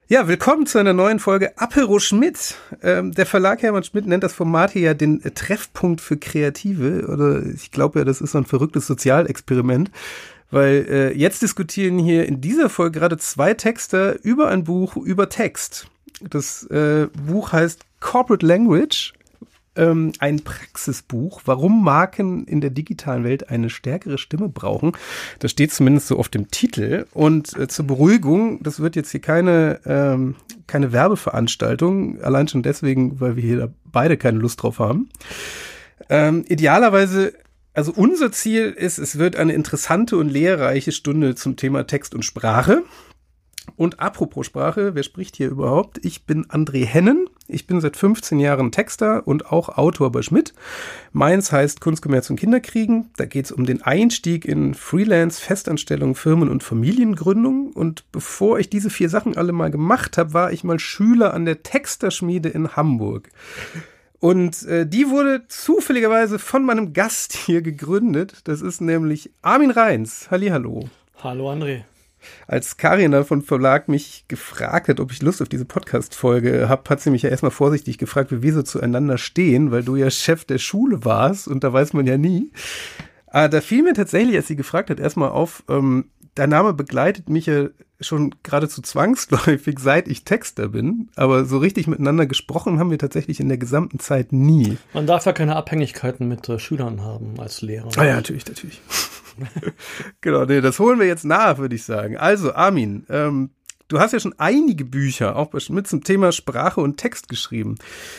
Ja, willkommen zu einer neuen Folge Apero Schmidt. Der Verlag Hermann Schmidt nennt das Format hier ja den Treffpunkt für Kreative. Oder ich glaube ja, das ist so ein verrücktes Sozialexperiment. Weil jetzt diskutieren hier in dieser Folge gerade zwei Texter über ein Buch über Text. Das Buch heißt Corporate Language. Ein Praxisbuch, warum Marken in der digitalen Welt eine stärkere Stimme brauchen. Das steht zumindest so auf dem Titel. Und zur Beruhigung, das wird jetzt hier keine Werbeveranstaltung, allein schon deswegen, weil wir hier beide keine Lust drauf haben. Idealerweise, also unser Ziel ist, es wird eine interessante und lehrreiche Stunde zum Thema Text und Sprache. Und apropos Sprache, wer spricht hier überhaupt? Ich bin André Hennen. Ich bin seit 15 Jahren Texter und auch Autor bei Schmidt. Meins heißt Kunst, Kommerz und Kinderkriegen. Da geht es um den Einstieg in Freelance, Festanstellung, Firmen- und Familiengründung. Und bevor ich diese 4 Sachen alle mal gemacht habe, war ich mal Schüler an der Texterschmiede in Hamburg. Und die wurde zufälligerweise von meinem Gast hier gegründet. Das ist nämlich Armin Reins. Hallihallo. Hallo André. Als Karina von Verlag mich gefragt hat, ob ich Lust auf diese Podcast-Folge habe, hat sie mich ja erstmal vorsichtig gefragt, wie wir so zueinander stehen, weil du ja Chef der Schule warst und da weiß man ja nie. Aber da fiel mir tatsächlich, als sie gefragt hat, erstmal auf, dein Name begleitet mich ja schon geradezu zwangsläufig, seit ich Texter bin, aber so richtig miteinander gesprochen haben wir tatsächlich in der gesamten Zeit nie. Man darf ja keine Abhängigkeiten mit Schülern haben als Lehrer. Ah ja, natürlich. Genau, nee, das holen wir jetzt nach, würde ich sagen. Also Armin, du hast ja schon einige Bücher auch mit zum Thema Sprache und Text geschrieben.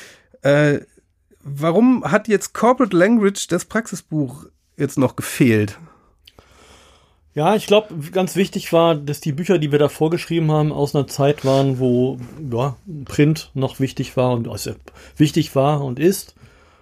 Warum hat jetzt Corporate Language, das Praxisbuch, jetzt noch gefehlt? Ja, ich glaube, ganz wichtig war, dass die Bücher, die wir da vorgeschrieben haben, aus einer Zeit waren, wo Print noch wichtig war und wichtig war und ist.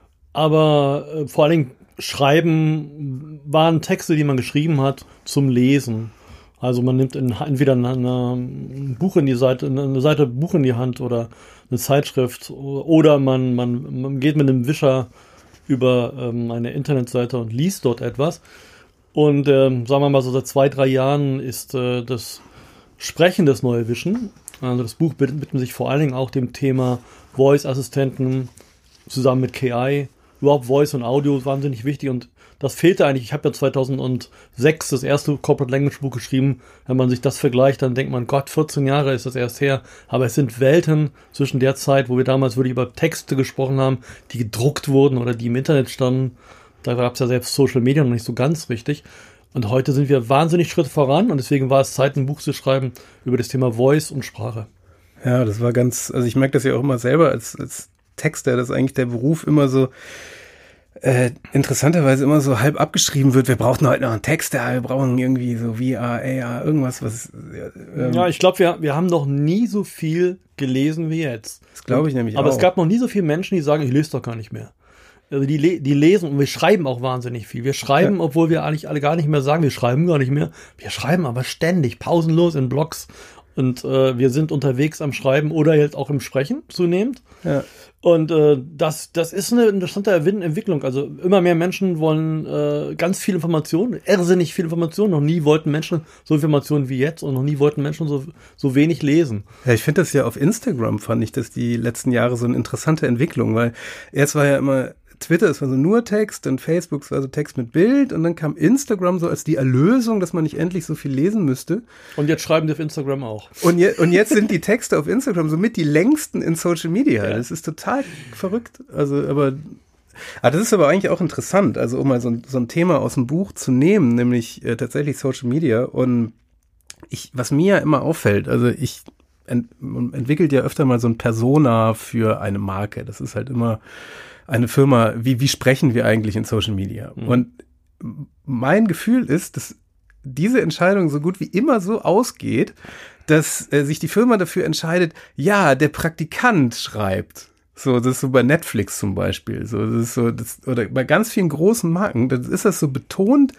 Aber vor allen Dingen Schreiben waren Texte, die man geschrieben hat, zum Lesen. Also man nimmt entweder ein Buch in die Seite, eine Seite Buch in die Hand oder eine Zeitschrift oder man geht mit einem Wischer über eine Internetseite und liest dort etwas. Und sagen wir mal so seit 2-3 Jahren ist das Sprechen das neue Wischen. Also das Buch widmet sich vor allen Dingen auch dem Thema Voice-Assistenten zusammen mit KI. Überhaupt Voice und Audio wahnsinnig wichtig und das fehlte eigentlich. Ich habe ja 2006 das erste Corporate Language Buch geschrieben. Wenn man sich das vergleicht, dann denkt man, Gott, 14 Jahre ist das erst her. Aber es sind Welten zwischen der Zeit, wo wir damals wirklich über Texte gesprochen haben, die gedruckt wurden oder die im Internet standen. Da gab es ja selbst Social Media noch nicht so ganz richtig. Und heute sind wir wahnsinnig Schritt voran und deswegen war es Zeit, ein Buch zu schreiben über das Thema Voice und Sprache. Ja, das war also ich merke das ja auch immer selber als Texter, dass eigentlich der Beruf immer so interessanterweise immer so halb abgeschrieben wird. Wir brauchen heute noch einen Texter, wir brauchen irgendwie so VR, AR, irgendwas, was... Ja, ich glaube, wir haben noch nie so viel gelesen wie jetzt. Das glaube ich nämlich auch. Aber es gab noch nie so viele Menschen, die sagen, ich lese doch gar nicht mehr. Also die lesen und wir schreiben auch wahnsinnig viel. Wir schreiben, obwohl wir eigentlich alle gar nicht mehr sagen, wir schreiben gar nicht mehr. Wir schreiben aber ständig, pausenlos in Blogs. Und wir sind unterwegs am Schreiben oder jetzt auch im Sprechen zunehmend. Ja. Und das ist eine interessante Entwicklung. Also immer mehr Menschen wollen ganz viel Information, irrsinnig viel Information. Noch nie wollten Menschen so Informationen wie jetzt und noch nie wollten Menschen so wenig lesen. Ja, ich finde das ja auf Instagram, fand ich das die letzten Jahre so eine interessante Entwicklung, weil erst war ja immer Twitter, es war so nur Text und Facebook, es war so Text mit Bild und dann kam Instagram so als die Erlösung, dass man nicht endlich so viel lesen müsste. Und jetzt schreiben die auf Instagram auch. Und jetzt sind die Texte auf Instagram somit die längsten in Social Media. Ja. Das ist total verrückt. Das ist aber eigentlich auch interessant, also um mal so ein Thema aus dem Buch zu nehmen, nämlich tatsächlich Social Media. Und was mir ja immer auffällt, also man entwickelt ja öfter mal so ein Persona für eine Marke. Das ist halt immer eine Firma, wie sprechen wir eigentlich in Social Media? Mhm. Und mein Gefühl ist, dass diese Entscheidung so gut wie immer so ausgeht, dass sich die Firma dafür entscheidet, ja, der Praktikant schreibt. So, das ist so bei Netflix zum Beispiel. So, das ist so, oder bei ganz vielen großen Marken, das ist das so betont,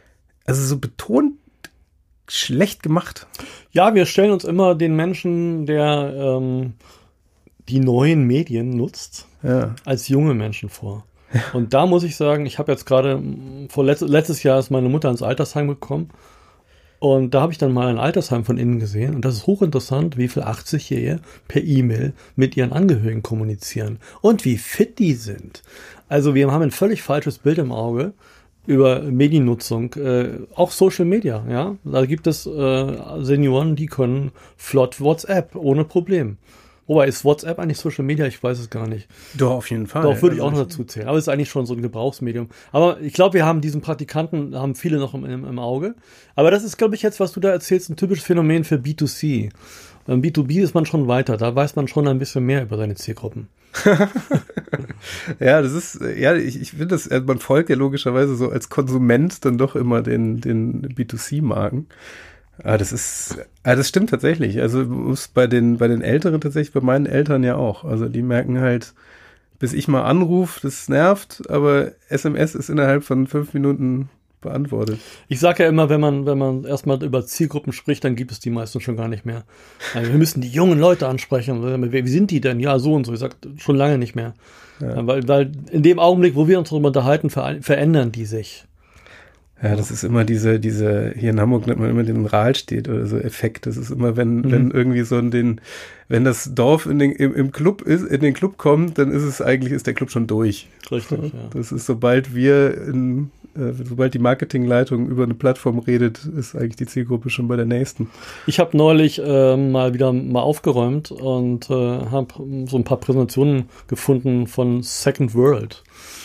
schlecht gemacht. Ja, wir stellen uns immer den Menschen, der die neuen Medien nutzt, als junge Menschen vor. Ja. Und da muss ich sagen, ich habe jetzt gerade letztes Jahr ist meine Mutter ins Altersheim gekommen Und da habe ich dann mal ein Altersheim von innen gesehen. Und das ist hochinteressant, wie viele 80-Jährige per E-Mail mit ihren Angehörigen kommunizieren. Und wie fit die sind. Also wir haben ein völlig falsches Bild im Auge über Mediennutzung. Auch Social Media, ja. Da gibt es Senioren, die können flott WhatsApp ohne Problem. Wobei, ist WhatsApp eigentlich Social Media? Ich weiß es gar nicht. Doch, auf jeden Fall. Doch, würde ich auch noch dazu zählen. Aber es ist eigentlich schon so ein Gebrauchsmedium. Aber ich glaube, wir haben diesen Praktikanten, haben viele noch im Auge. Aber das ist, glaube ich, jetzt, was du da erzählst, ein typisches Phänomen für B2C. Beim B2B ist man schon weiter. Da weiß man schon ein bisschen mehr über seine Zielgruppen. Ja, das ist, ja, ich finde das, man folgt ja logischerweise so als Konsument dann doch immer den B2C-Marken. Das stimmt tatsächlich. Also bei den Älteren tatsächlich, bei meinen Eltern ja auch. Also die merken halt, bis ich mal anrufe, das nervt, aber SMS ist innerhalb von 5 Minuten beantwortet. Ich sage ja immer, wenn man erstmal über Zielgruppen spricht, dann gibt es die meisten schon gar nicht mehr. Also wir müssen die jungen Leute ansprechen. Wie sind die denn? Ja, so und so. Ich sage schon lange nicht mehr. Ja. Weil in dem Augenblick, wo wir uns darüber unterhalten, verändern die sich. Ja, das ist immer diese, hier in Hamburg nennt man immer den Rahlstedt oder so Effekt. Das ist immer, wenn irgendwie so wenn das Dorf im Club ist, in den Club kommt, dann ist der Club schon durch. Richtig, ja. Das ist, sobald die Marketingleitung über eine Plattform redet, ist eigentlich die Zielgruppe schon bei der nächsten. Ich habe neulich mal aufgeräumt und habe so ein paar Präsentationen gefunden von Second World.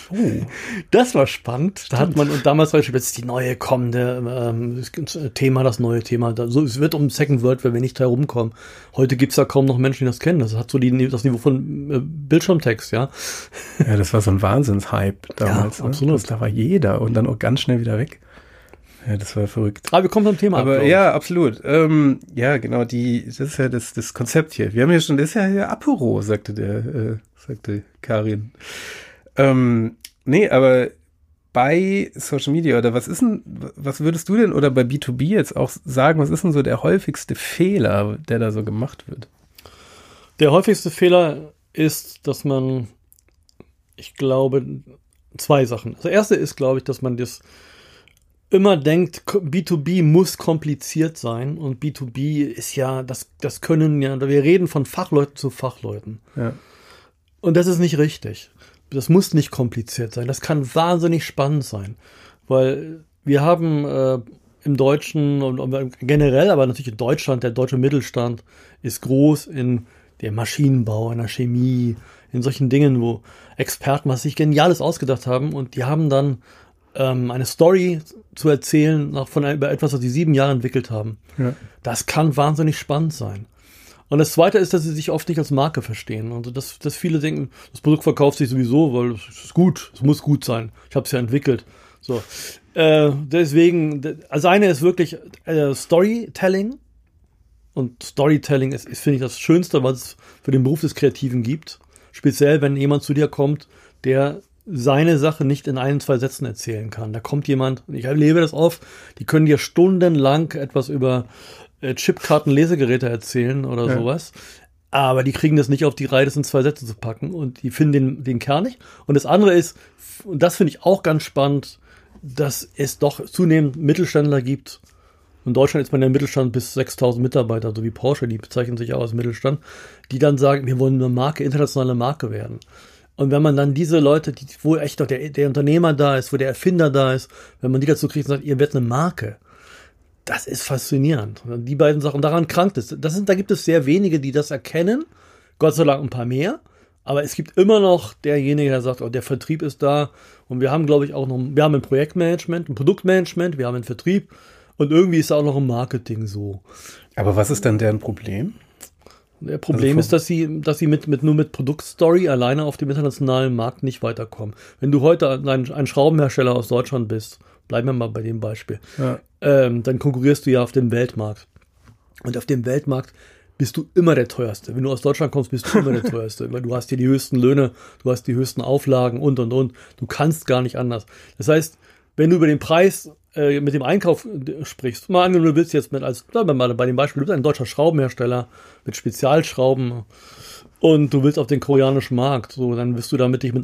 Das war spannend. Da hat man, und damals war jetzt die neue kommende das neue Thema. Es wird um Second World, wenn wir nicht herumkommen. Heute gibt's ja kaum noch Menschen, die das kennen. Das hat so das Niveau von Bildschirmtext, ja. Ja, das war so ein Wahnsinnshype damals. Ja, absolut. Da war jeder und dann auch ganz schnell wieder weg. Ja, das war verrückt. Aber wir kommen zum Thema. Aber ja, absolut. Ja, genau, das ist ja das Konzept hier. Wir haben ja schon, das ist ja Apero, sagte Karin. Nee, aber bei Social Media oder was würdest du denn oder bei B2B jetzt auch sagen, was ist denn so der häufigste Fehler, der da so gemacht wird? Der häufigste Fehler ist, dass man, ich glaube, 2 Sachen. Das erste ist, glaube ich, dass man das immer denkt, B2B muss kompliziert sein und B2B ist ja, das können ja, wir reden von Fachleuten zu Fachleuten. Ja. Und das ist nicht richtig. Das muss nicht kompliziert sein. Das kann wahnsinnig spannend sein. Weil wir haben im Deutschen und generell, aber natürlich in Deutschland, der deutsche Mittelstand ist groß in dem Maschinenbau, in der Chemie, in solchen Dingen, wo Experten was sich Geniales ausgedacht haben und die haben dann eine Story zu erzählen über etwas, was sie 7 Jahre entwickelt haben. Ja. Das kann wahnsinnig spannend sein. Und das Zweite ist, dass sie sich oft nicht als Marke verstehen. Also dass viele denken, das Produkt verkauft sich sowieso, weil es ist gut, es muss gut sein. Ich habe es ja entwickelt. So, deswegen, also eine ist wirklich Storytelling. Und Storytelling ist, finde ich, das Schönste, was es für den Beruf des Kreativen gibt. Speziell, wenn jemand zu dir kommt, der seine Sache nicht in 1, 2 Sätzen erzählen kann. Da kommt jemand, und ich erlebe das oft, die können dir stundenlang etwas über Chipkarten-Lesegeräte erzählen oder sowas. Aber die kriegen das nicht auf die Reihe, das in 2 Sätze zu packen. Und die finden den kernig. Und das andere ist, und das finde ich auch ganz spannend, dass es doch zunehmend Mittelständler gibt. In Deutschland ist man ja Mittelstand bis 6.000 Mitarbeiter, so wie Porsche, die bezeichnen sich auch als Mittelstand, die dann sagen, wir wollen eine Marke, internationale Marke werden. Und wenn man dann diese Leute, wo echt doch der Unternehmer da ist, wo der Erfinder da ist, wenn man die dazu kriegt und sagt, ihr werdet eine Marke, das ist faszinierend. Die beiden Sachen, daran krankt es. Da gibt es sehr wenige, die das erkennen. Gott sei Dank ein paar mehr. Aber es gibt immer noch derjenige, der sagt, oh, der Vertrieb ist da. Und wir haben, glaube ich, auch noch, wir haben ein Projektmanagement, ein Produktmanagement, wir haben einen Vertrieb. Und irgendwie ist da auch noch ein Marketing so. Aber was ist dann deren Problem? Der Problem ist, dass sie nur mit Produktstory alleine auf dem internationalen Markt nicht weiterkommen. Wenn du heute ein Schraubenhersteller aus Deutschland bist, bleiben wir mal bei dem Beispiel, dann konkurrierst du ja auf dem Weltmarkt. Und auf dem Weltmarkt bist du immer der Teuerste. Wenn du aus Deutschland kommst, bist du immer der Teuerste. Weil du hast hier die höchsten Löhne, du hast die höchsten Auflagen und. Du kannst gar nicht anders. Das heißt, wenn du über den Preis mit dem Einkauf sprichst, mal angenommen, du willst jetzt bleiben wir mal bei dem Beispiel, du bist ein deutscher Schraubenhersteller mit Spezialschrauben und du willst auf den koreanischen Markt, so, dann wirst du damit dich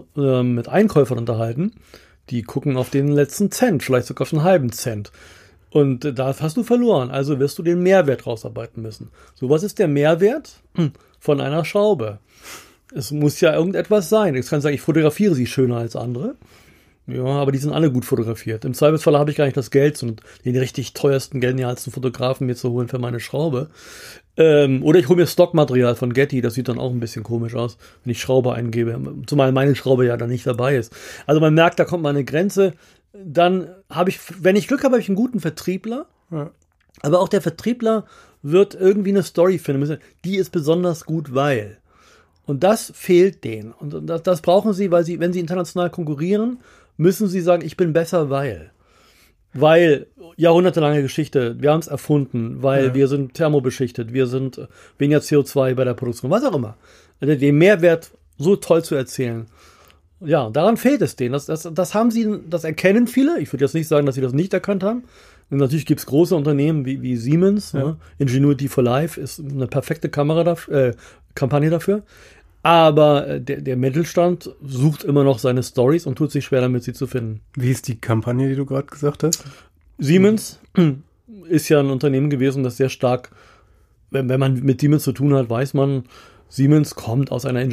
mit Einkäufern unterhalten, die gucken auf den letzten Cent, vielleicht sogar auf einen halben Cent. Und da hast du verloren, also wirst du den Mehrwert rausarbeiten müssen. So, was ist der Mehrwert von einer Schraube? Es muss ja irgendetwas sein. Ich kann sagen, ich fotografiere sie schöner als andere. Ja, aber die sind alle gut fotografiert. Im Zweifelsfall habe ich gar nicht das Geld, den richtig teuersten, genialsten Fotografen mir zu holen für meine Schraube. Oder ich hole mir Stockmaterial von Getty, das sieht dann auch ein bisschen komisch aus, wenn ich Schraube eingebe. Zumal meine Schraube ja dann nicht dabei ist. Also man merkt, da kommt mal eine Grenze. Dann habe ich, wenn ich Glück habe, habe ich einen guten Vertriebler. Ja. Aber auch der Vertriebler wird irgendwie eine Story finden müssen. Die ist besonders gut, weil. Und das fehlt denen. Und das brauchen sie, weil wenn sie international konkurrieren, müssen sie sagen, ich bin besser, weil. Weil, jahrhundertelange Geschichte, wir haben es erfunden, weil wir sind thermobeschichtet, wir sind weniger CO2 bei der Produktion, was auch immer. Also den Mehrwert so toll zu erzählen. Ja, daran fehlt es denen. Das erkennen viele. Ich würde jetzt nicht sagen, dass sie das nicht erkannt haben. Und natürlich gibt es große Unternehmen wie Siemens. Ja. Ne? Ingenuity for Life ist eine perfekte Kampagne dafür. Aber der Mittelstand sucht immer noch seine Stories und tut sich schwer damit, sie zu finden. Wie ist die Kampagne, die du gerade gesagt hast? Siemens ist ja ein Unternehmen gewesen, das sehr stark, wenn man mit Siemens zu tun hat, weiß man, Siemens kommt aus einer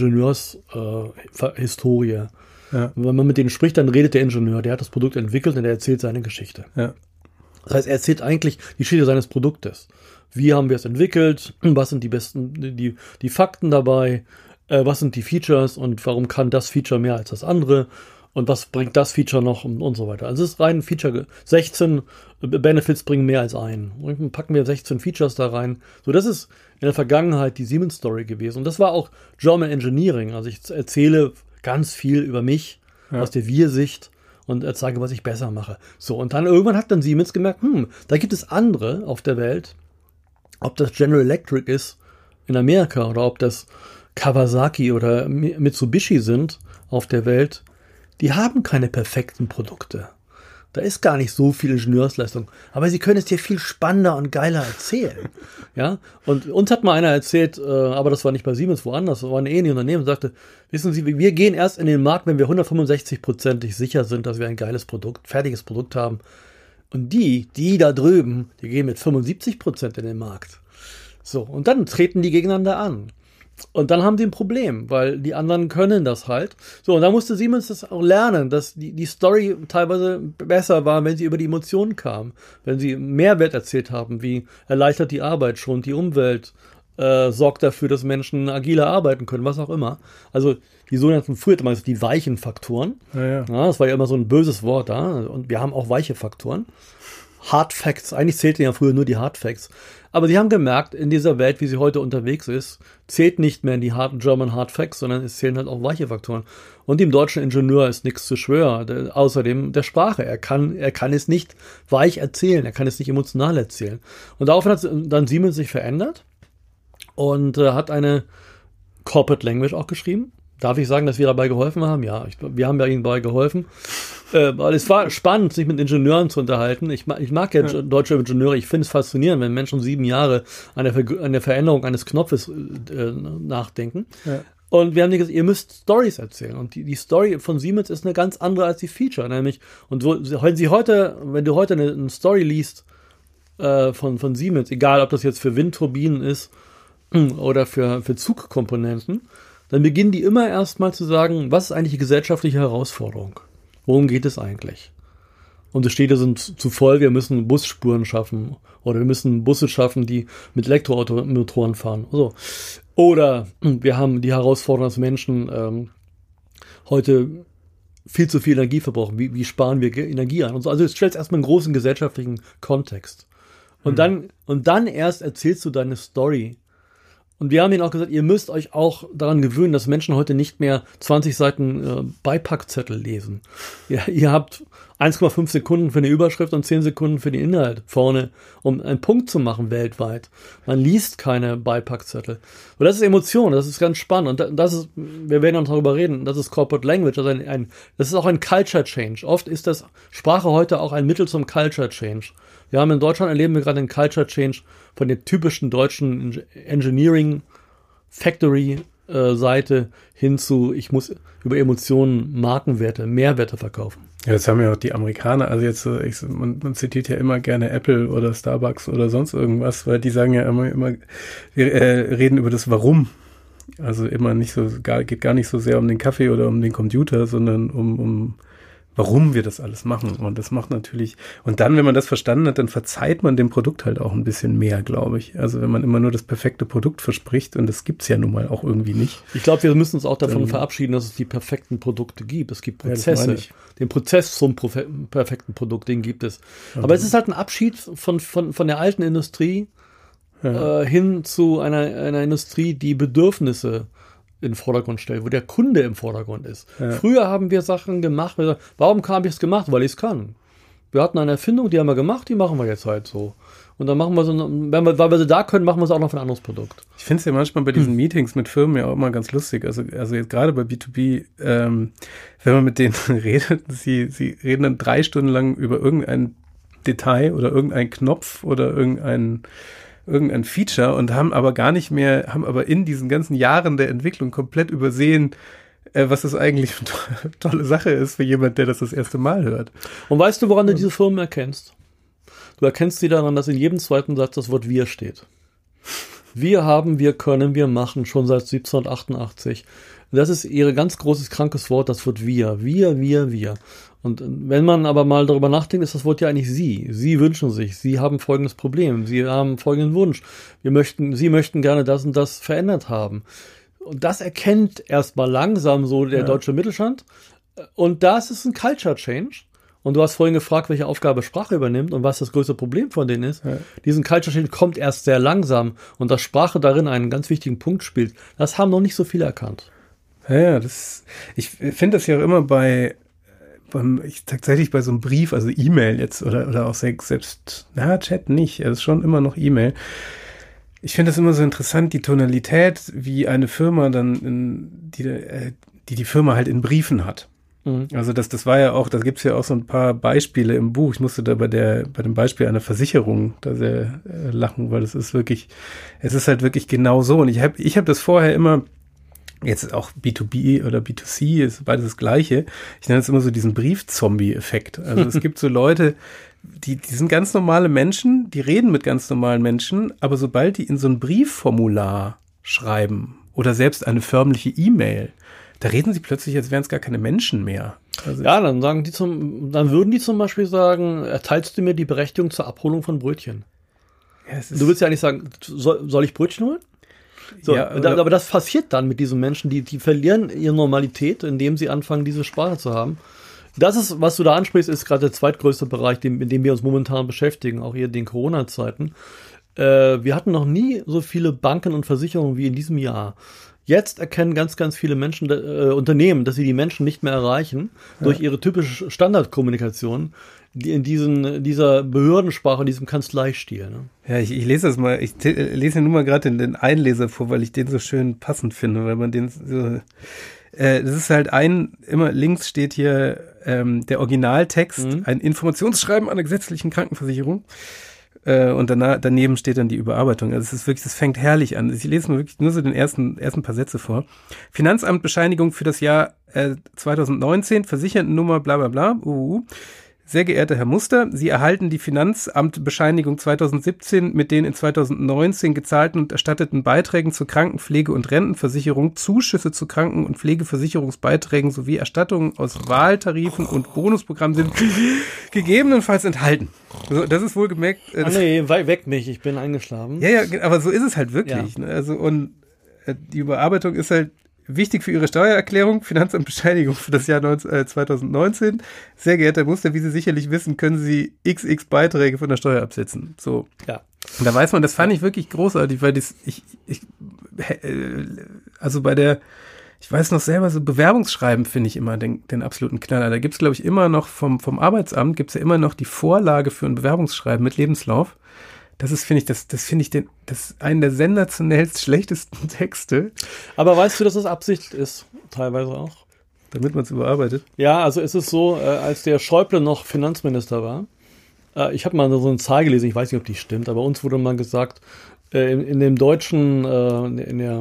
Ingenieurshistorie. Ja. Wenn man mit denen spricht, dann redet der Ingenieur, der hat das Produkt entwickelt und der erzählt seine Geschichte. Ja. Das heißt, er erzählt eigentlich die Geschichte seines Produktes. Wie haben wir es entwickelt? Was sind die besten, die Fakten dabei? Was sind die Features und warum kann das Feature mehr als das andere? Und was bringt das Feature noch und so weiter. Also es ist rein Feature, 16 Benefits bringen mehr als einen. Und dann packen wir 16 Features da rein. So, das ist in der Vergangenheit die Siemens-Story gewesen. Und das war auch German Engineering. Also ich erzähle ganz viel über mich aus der Wir-Sicht und zeige, was ich besser mache. So, und dann irgendwann hat dann Siemens gemerkt, da gibt es andere auf der Welt, ob das General Electric ist in Amerika oder ob das Kawasaki oder Mitsubishi sind auf der Welt, die haben keine perfekten Produkte. Da ist gar nicht so viel Ingenieursleistung. Aber sie können es dir viel spannender und geiler erzählen. Ja? Und uns hat mal einer erzählt, aber das war nicht bei Siemens, woanders, das war ein ähnliches Unternehmen, und sagte, wissen Sie, wir gehen erst in den Markt, wenn wir 165%ig sicher sind, dass wir ein geiles Produkt, fertiges Produkt haben. Und die da drüben, die gehen mit 75% in den Markt. So, und dann treten die gegeneinander an. Und dann haben sie ein Problem, weil die anderen können das halt. So, und da musste Siemens das auch lernen, dass die Story teilweise besser war, wenn sie über die Emotionen kam. Wenn sie Mehrwert erzählt haben, wie erleichtert die Arbeit, schont die Umwelt, sorgt dafür, dass Menschen agiler arbeiten können, was auch immer. Also die sogenannten, früher hat man gesagt, die weichen Faktoren. Ja, das war ja immer so ein böses Wort da. Und wir haben auch weiche Faktoren. Hard Facts, eigentlich zählten ja früher nur die Hard Facts. Aber sie haben gemerkt, in dieser Welt, wie sie heute unterwegs ist, zählt nicht mehr die German Hard Facts, sondern es zählen halt auch weiche Faktoren. Und dem deutschen Ingenieur ist nichts zu schwör, außerdem der Sprache. Er kann es nicht weich erzählen, er kann es nicht emotional erzählen. Und daraufhin hat dann Siemens sich verändert und hat eine Corporate Language auch geschrieben. Darf ich sagen, dass wir dabei geholfen haben? Ja, wir haben ja ihnen dabei geholfen. Weil es war spannend, sich mit Ingenieuren zu unterhalten. Ich mag ja deutsche Ingenieure. Ich finde es faszinierend, wenn Menschen 7 Jahre an der Veränderung eines Knopfes nachdenken. Ja. Und wir haben gesagt, ihr müsst Stories erzählen. Und die Story von Siemens ist eine ganz andere als die Feature. Nämlich, und wenn du heute eine Story liest von Siemens, egal ob das jetzt für Windturbinen ist oder für Zugkomponenten, dann beginnen die immer erstmal zu sagen, was ist eigentlich die gesellschaftliche Herausforderung? Worum geht es eigentlich? Und die Städte sind zu voll, wir müssen Busspuren schaffen oder wir müssen Busse schaffen, die mit Elektromotoren fahren. So. Oder wir haben die Herausforderung, dass Menschen heute viel zu viel Energie verbrauchen. Wie sparen wir Energie ein? Und so. Also du stellst erstmal einen großen gesellschaftlichen Kontext. Und dann erst erzählst du deine Story. Und wir haben ihnen auch gesagt, ihr müsst euch auch daran gewöhnen, dass Menschen heute nicht mehr 20 Seiten Beipackzettel lesen. Ihr habt 1,5 Sekunden für eine Überschrift und 10 Sekunden für den Inhalt vorne, um einen Punkt zu machen weltweit. Man liest keine Beipackzettel. Und das ist Emotion, das ist ganz spannend. Und das ist, wir werden noch darüber reden, das ist Corporate Language, also das ist auch ein Culture Change. Oft ist das Sprache heute auch ein Mittel zum Culture Change. Wir haben in Deutschland erleben wir gerade einen Culture Change von der typischen deutschen Engineering Factory Seite hin zu, ich muss über Emotionen Markenwerte, Mehrwerte verkaufen. Ja, das haben ja auch die Amerikaner, also jetzt, man zitiert ja immer gerne Apple oder Starbucks oder sonst irgendwas, weil die sagen ja immer wir reden über das Warum. Also immer nicht so, geht gar nicht so sehr um den Kaffee oder um den Computer, sondern um warum wir das alles machen. Und das macht natürlich, und dann, wenn man das verstanden hat, dann verzeiht man dem Produkt halt auch ein bisschen mehr, glaube ich. Also wenn man immer nur das perfekte Produkt verspricht, und das gibt's ja nun mal auch irgendwie nicht. Ich glaube, wir müssen uns auch davon verabschieden, dass es die perfekten Produkte gibt. Es gibt Prozesse. Ja, den Prozess zum perfekten Produkt, den gibt es. Aber es ist halt ein Abschied von der alten Industrie hin zu einer Industrie, die Bedürfnisse in den Vordergrund stellt, wo der Kunde im Vordergrund ist. Ja. Früher haben wir Sachen gemacht, warum habe ich es gemacht? Weil ich es kann. Wir hatten eine Erfindung, die haben wir gemacht, die machen wir jetzt halt so. Und dann machen wir so, weil wir sie da können, machen wir es auch noch für ein anderes Produkt. Ich finde es ja manchmal bei diesen Meetings mit Firmen ja auch immer ganz lustig. Also jetzt gerade bei B2B, wenn man mit denen redet, sie reden dann 3 Stunden lang über irgendein Detail oder irgendein Knopf oder irgendein Feature und haben aber in diesen ganzen Jahren der Entwicklung komplett übersehen, was das eigentlich eine tolle Sache ist für jemand, der das erste Mal hört. Und weißt du, woran du diese Firmen erkennst? Du erkennst sie daran, dass in jedem zweiten Satz das Wort wir steht. Wir haben, wir können, wir machen, schon seit 1788. Das ist ihr ganz großes, krankes Wort, das Wort wir. Wir. Und wenn man aber mal darüber nachdenkt, ist das Wort ja eigentlich Sie. Sie wünschen sich, Sie haben folgendes Problem, Sie haben folgenden Wunsch. Sie möchten gerne das und das verändert haben. Und das erkennt erstmal langsam so der deutsche Mittelstand. Und das ist ein Culture Change. Und du hast vorhin gefragt, welche Aufgabe Sprache übernimmt und was das größte Problem von denen ist. Ja. Diesen Culture Change kommt erst sehr langsam. Und dass Sprache darin einen ganz wichtigen Punkt spielt, das haben noch nicht so viele erkannt. Ja, ich finde das ja auch immer tatsächlich bei so einem Brief, also E-Mail jetzt oder auch selbst, Chat nicht, es ist schon immer noch E-Mail. Ich finde das immer so interessant, die Tonalität, wie eine Firma dann, die Firma halt in Briefen hat. Mhm. Also das war ja auch, da gibt's ja auch so ein paar Beispiele im Buch. Ich musste da bei dem Beispiel einer Versicherung da sehr lachen, weil es ist halt wirklich genau so. Und ich hab das vorher immer, jetzt auch B2B oder B2C ist beides das Gleiche. Ich nenne es immer so diesen Brief-Zombie-Effekt. Also es gibt so Leute, die sind ganz normale Menschen, die reden mit ganz normalen Menschen, aber sobald die in so ein Briefformular schreiben oder selbst eine förmliche E-Mail, da reden sie plötzlich, als wären es gar keine Menschen mehr. Also ja, dann würden die zum Beispiel sagen, erteilst du mir die Berechtigung zur Abholung von Brötchen? Ja, du willst ja eigentlich sagen, soll ich Brötchen holen? So, ja, aber das passiert dann mit diesen Menschen, die verlieren ihre Normalität, indem sie anfangen, diese Sprache zu haben. Das ist, was du da ansprichst, ist gerade der zweitgrößte Bereich, in dem wir uns momentan beschäftigen, auch hier in den Corona-Zeiten. Wir hatten noch nie so viele Banken und Versicherungen wie in diesem Jahr. Jetzt erkennen ganz, ganz viele Menschen, Unternehmen, dass sie die Menschen nicht mehr erreichen durch ihre typische Standardkommunikation in dieser Behördensprache, in diesem Kanzleistil. Ne? Ja, ich lese das mal, ich lese nur mal gerade den Einleser vor, weil ich den so schön passend finde, weil man den so, das ist halt immer links steht hier der Originaltext, ein Informationsschreiben an der gesetzlichen Krankenversicherung. Und daneben steht dann die Überarbeitung. Also es ist wirklich, das fängt herrlich an. Ich lese mal wirklich nur so den ersten paar Sätze vor. Finanzamtbescheinigung für das Jahr 2019, Versichertennummer, bla bla bla. Sehr geehrter Herr Muster, Sie erhalten die Finanzamtbescheinigung 2017 mit den in 2019 gezahlten und erstatteten Beiträgen zur Krankenpflege- und Rentenversicherung, Zuschüsse zu Kranken- und Pflegeversicherungsbeiträgen sowie Erstattungen aus Wahltarifen und Bonusprogrammen sind gegebenenfalls enthalten. So, das ist wohlgemerkt. Nee, weg mich, ich bin eingeschlafen. Ja, aber so ist es halt wirklich. Ja. Ne? Also, und die Überarbeitung ist halt wichtig für Ihre Steuererklärung, Finanzamtbescheinigung für das Jahr 2019. Sehr geehrter Herr Muster, wie Sie sicherlich wissen, können Sie XX Beiträge von der Steuer absetzen. So. Ja. Und da weiß man, das fand ich wirklich großartig, weil ich weiß noch selber, so Bewerbungsschreiben finde ich immer den absoluten Knaller. Da gibt's, glaube ich, immer noch vom Arbeitsamt gibt's ja immer noch die Vorlage für ein Bewerbungsschreiben mit Lebenslauf. Das ist einen der sensationellst schlechtesten Texte. Aber weißt du, dass das Absicht ist? Teilweise auch. Damit man es überarbeitet? Ja, also es ist so, als der Schäuble noch Finanzminister war, ich habe mal so eine Zahl gelesen, ich weiß nicht, ob die stimmt, aber uns wurde mal gesagt, in dem deutschen, in der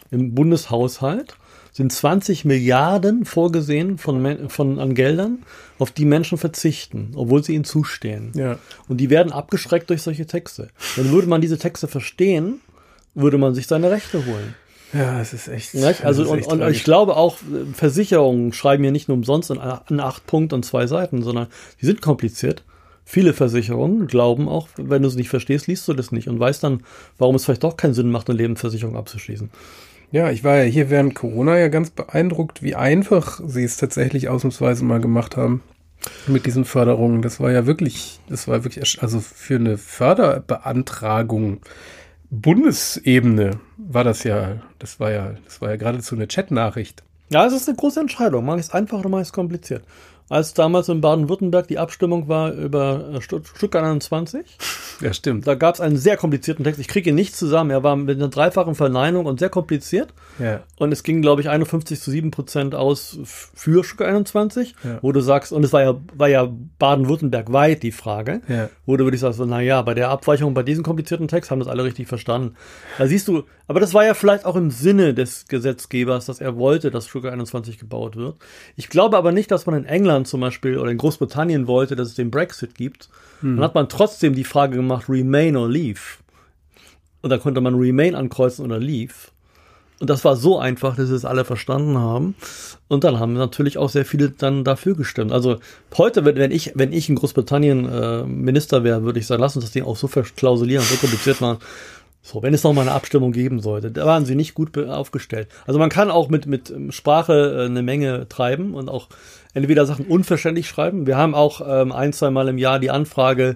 im Bundeshaushalt sind 20 Milliarden vorgesehen an Geldern, auf die Menschen verzichten, obwohl sie ihnen zustehen. Ja. Und die werden abgeschreckt durch solche Texte. Dann würde man diese Texte verstehen, würde man sich seine Rechte holen. Ja, es ist echt. Also, und ich glaube auch, Versicherungen schreiben ja nicht nur umsonst in 8 Punkten und 2 Seiten, sondern die sind kompliziert. Viele Versicherungen glauben auch, wenn du es nicht verstehst, liest du das nicht und weißt dann, warum es vielleicht doch keinen Sinn macht, eine Lebensversicherung abzuschließen. Ja, ich war ja hier während Corona ja ganz beeindruckt, wie einfach sie es tatsächlich ausnahmsweise mal gemacht haben mit diesen Förderungen. Das war wirklich, also für eine Förderbeantragung Bundesebene war das war ja geradezu eine Chatnachricht. Ja, es ist eine große Entscheidung. Mache ich es einfach oder mache ich es kompliziert? Als damals in Baden-Württemberg die Abstimmung war über Stuttgart 21. Ja, stimmt. Da gab es einen sehr komplizierten Text. Ich kriege ihn nicht zusammen. Er war mit einer dreifachen Verneinung und sehr kompliziert. Ja. Und es ging, glaube ich, 51-7% aus für Stuttgart 21, wo du sagst, und es war ja Baden-Württemberg weit die Frage, wo du wirklich sagst, naja, bei der Abweichung, bei diesem komplizierten Text haben das alle richtig verstanden. Da siehst du, aber das war ja vielleicht auch im Sinne des Gesetzgebers, dass er wollte, dass Stuttgart 21 gebaut wird. Ich glaube aber nicht, dass man in England zum Beispiel oder in Großbritannien wollte, dass es den Brexit gibt. Dann hat man trotzdem die Frage gemacht, Remain or Leave. Und da konnte man Remain ankreuzen oder Leave. Und das war so einfach, dass sie es alle verstanden haben. Und dann haben natürlich auch sehr viele dann dafür gestimmt. Also heute, wenn ich in Großbritannien Minister wäre, würde ich sagen, lass uns das Ding auch so verklausulieren, so kompliziert machen. So, wenn es noch mal eine Abstimmung geben sollte, da waren sie nicht gut aufgestellt. Also man kann auch mit Sprache eine Menge treiben und auch entweder Sachen unverständlich schreiben. Wir haben auch 1-2 Mal im Jahr die Anfrage,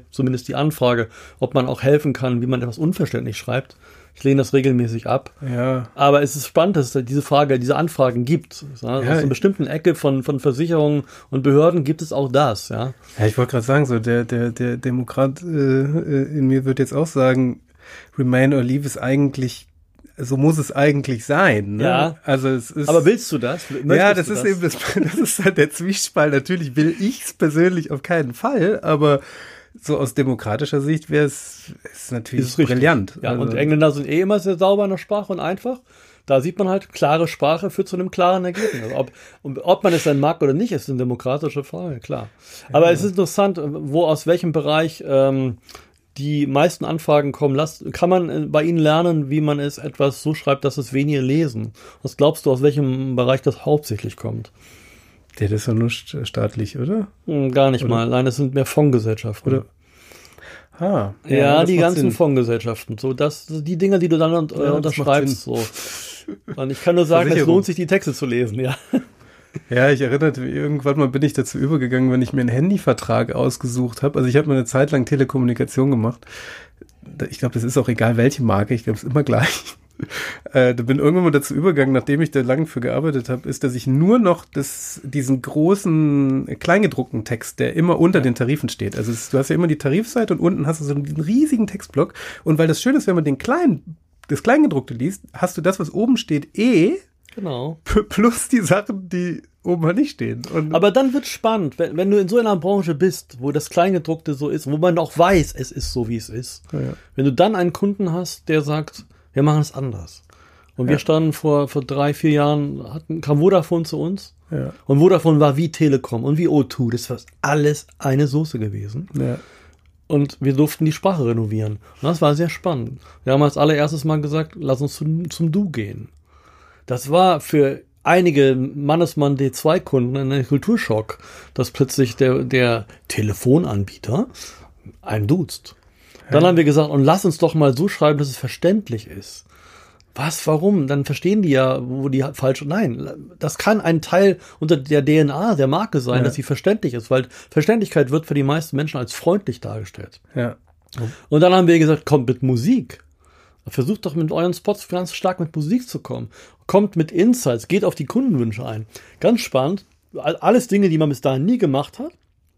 ob man auch helfen kann, wie man etwas unverständlich schreibt. Ich lehne das regelmäßig ab. Ja. Aber es ist spannend, dass es diese Anfragen gibt. Ja, aus einer bestimmten Ecke von Versicherungen und Behörden gibt es auch das. Ja, ich wollte gerade sagen, so der Demokrat in mir wird jetzt auch sagen, Remain or Leave ist eigentlich, so muss es eigentlich sein. Ne? Ja. Also es ist. Aber willst du das? Das ist halt der Zwiespalt. Natürlich will ich es persönlich auf keinen Fall, aber so aus demokratischer Sicht wäre es natürlich brillant. Ja, also. Und Engländer sind immer sehr sauber in der Sprache und einfach. Da sieht man halt, klare Sprache führt zu einem klaren Ergebnis. Also ob man es dann mag oder nicht, ist eine demokratische Frage, klar. Aber es ist interessant, aus welchem Bereich die meisten Anfragen kommen. Kann man bei Ihnen lernen, wie man es etwas so schreibt, dass es weniger lesen? Was glaubst du, aus welchem Bereich das hauptsächlich kommt? Das ist doch nur staatlich, oder? Gar nicht mal. Nein, das sind mehr Fondsgesellschaften. Oder? Ja, die ganzen Fondsgesellschaften. So, die Dinge, die du dann unterschreibst. So. Und ich kann nur sagen, es lohnt sich, die Texte zu lesen, ja. Ja, ich erinnere mich, irgendwann mal bin ich dazu übergegangen, wenn ich mir einen Handyvertrag ausgesucht habe. Also ich habe mir eine Zeit lang Telekommunikation gemacht. Ich glaube, das ist auch egal, welche Marke. Ich glaube, es ist immer gleich. Da bin irgendwann mal dazu übergegangen, nachdem ich da lange für gearbeitet habe, ist, dass ich nur noch diesen großen kleingedruckten Text, der immer unter den Tarifen steht. Also du hast ja immer die Tarifseite und unten hast du so einen riesigen Textblock. Und weil das schön ist, wenn man das Kleingedruckte liest, hast du das, was oben steht, genau. Plus die Sachen, die oben halt nicht stehen. Aber dann wird's spannend, wenn du in so einer Branche bist, wo das Kleingedruckte so ist, wo man auch weiß, es ist so, wie es ist. Ja. Wenn du dann einen Kunden hast, der sagt, wir machen es anders. Und wir standen vor 3-4 Jahren, kam Vodafone zu uns. Ja. Und Vodafone war wie Telekom und wie O2. Das war alles eine Soße gewesen. Ja. Und wir durften die Sprache renovieren. Und das war sehr spannend. Wir haben als allererstes mal gesagt, lass uns zum Du gehen. Das war für einige Mannesmann D2-Kunden ein Kulturschock, dass plötzlich der Telefonanbieter einen duzt. Dann haben wir gesagt, und lass uns doch mal so schreiben, dass es verständlich ist. Was, warum? Dann verstehen die ja, wo die falsch... Nein, das kann ein Teil unter der DNA der Marke sein, dass sie verständlich ist, weil Verständlichkeit wird für die meisten Menschen als freundlich dargestellt. Ja. Und dann haben wir gesagt, kommt mit Musik. Versucht doch mit euren Spots ganz stark mit Musik zu kommen. Kommt mit Insights, geht auf die Kundenwünsche ein. Ganz spannend. Alles Dinge, die man bis dahin nie gemacht hat.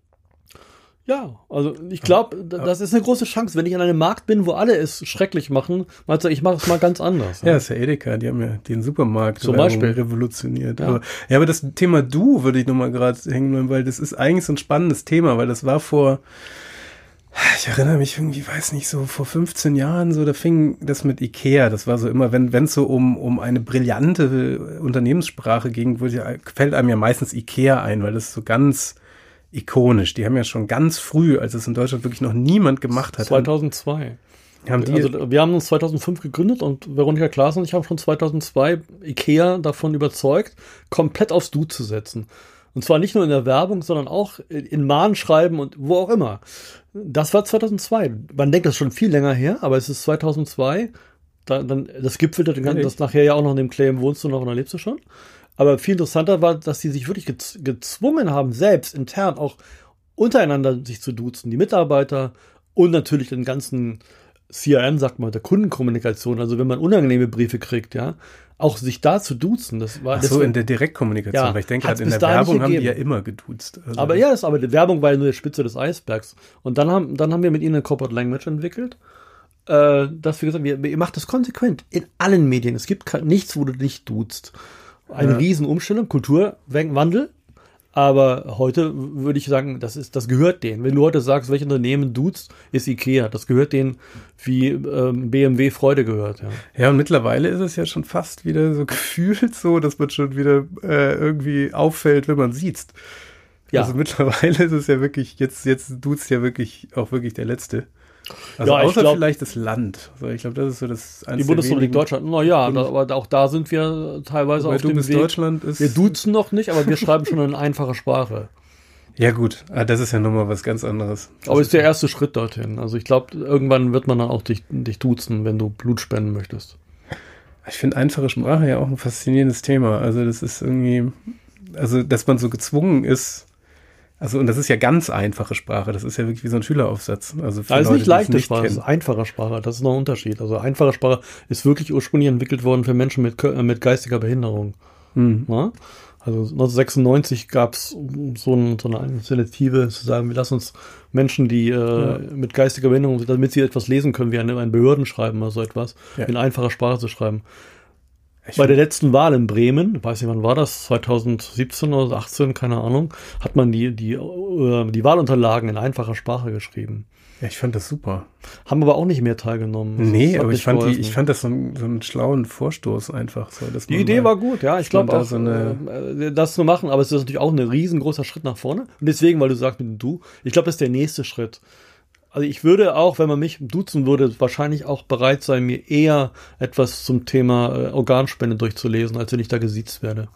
Ja, also ich glaube, das ist eine große Chance. Wenn ich an einem Markt bin, wo alle es schrecklich machen, meinst du, ich mache es mal ganz anders. Ja, das ist ja Edeka, die haben ja den Supermarkt zum Beispiel revolutioniert. Ja. Aber das Thema Du würde ich nochmal gerade hängen bleiben, weil das ist eigentlich so ein spannendes Thema, weil das war vor Ich erinnere mich irgendwie, weiß nicht, so vor 15 Jahren, so, da fing das mit Ikea, das war so immer, wenn es so um eine brillante Unternehmenssprache ging, fällt einem ja meistens Ikea ein, weil das ist so ganz ikonisch. Die haben ja schon ganz früh, als es in Deutschland wirklich noch niemand gemacht hat. 2002. Wir haben uns 2005 gegründet und Veronika Klaas und ich haben schon 2002 Ikea davon überzeugt, komplett aufs Du zu setzen. Und zwar nicht nur in der Werbung, sondern auch in Mahnschreiben und wo auch immer. Das war 2002. Man denkt, das ist schon viel länger her, aber es ist 2002. Das gipfelte das nachher ja auch noch in dem Claim, wohnst du noch oder lebst du schon? Aber viel interessanter war, dass sie sich wirklich gezwungen haben, selbst intern auch untereinander sich zu duzen. Die Mitarbeiter und natürlich den ganzen CRM, sagt man, der Kundenkommunikation. Also wenn man unangenehme Briefe kriegt, ja, auch sich da zu duzen. In der Direktkommunikation. Ja, weil ich denke, halt in der Werbung haben die ja immer geduzt. Also aber die Werbung war ja nur die Spitze des Eisbergs. Und dann haben wir mit ihnen eine Corporate Language entwickelt, dass wir gesagt haben, ihr macht das konsequent in allen Medien. Es gibt nichts, wo du nicht duzt. Eine Riesenumstellung, Kulturwandel. Aber heute würde ich sagen, das gehört denen. Wenn du heute sagst, welche Unternehmen duzt, ist Ikea. Das gehört denen, wie BMW Freude gehört. Ja, und mittlerweile ist es ja schon fast wieder so gefühlt so, dass man schon wieder irgendwie auffällt, wenn man sieht. Ja. Also mittlerweile ist es ja wirklich, jetzt duzt ja wirklich auch wirklich der Letzte. Also ja, außer vielleicht das Land. Also ich glaube, das ist so das Einzige. Die Bundesrepublik Deutschland. Naja, aber auch da sind wir teilweise auf dem Weg. Deutschland ist. Wir duzen noch nicht, aber wir schreiben schon eine einfache Sprache. Ja gut, das ist ja nochmal was ganz anderes. Aber ist der erste Schritt dorthin. Also ich glaube, irgendwann wird man dann auch dich duzen, wenn du Blut spenden möchtest. Ich finde einfache Sprache ja auch ein faszinierendes Thema. Also das ist irgendwie, also dass man so gezwungen ist. Also, und das ist ja ganz einfache Sprache. Das ist ja wirklich wie so ein Schüleraufsatz. Also für das ist Leute, nicht leichte Sprache, das ist einfache Sprache. Das ist noch ein Unterschied. Also, einfache Sprache ist wirklich ursprünglich entwickelt worden für Menschen mit geistiger Behinderung. Ja? Also, 1996 gab es so eine Initiative, zu sagen, wir lassen uns Menschen, die mit geistiger Behinderung sind, damit sie etwas lesen können, wie ein Behördenschreiben oder so etwas, in einfacher Sprache zu schreiben. Bei der letzten Wahl in Bremen, weiß nicht, wann war das, 2017 oder 2018, keine Ahnung, hat man die Wahlunterlagen in einfacher Sprache geschrieben. Ja, ich fand das super. Haben aber auch nicht mehr teilgenommen. Nee, aber ich fand das so einen schlauen Vorstoß einfach. So, dass die Idee war gut, ja. Ich glaube auch, das zu machen, aber es ist natürlich auch ein riesengroßer Schritt nach vorne. Und deswegen, weil du sagst mit dem Du, ich glaube, das ist der nächste Schritt. Also ich würde auch, wenn man mich duzen würde, wahrscheinlich auch bereit sein, mir eher etwas zum Thema Organspende durchzulesen, als wenn ich da gesiezt werde.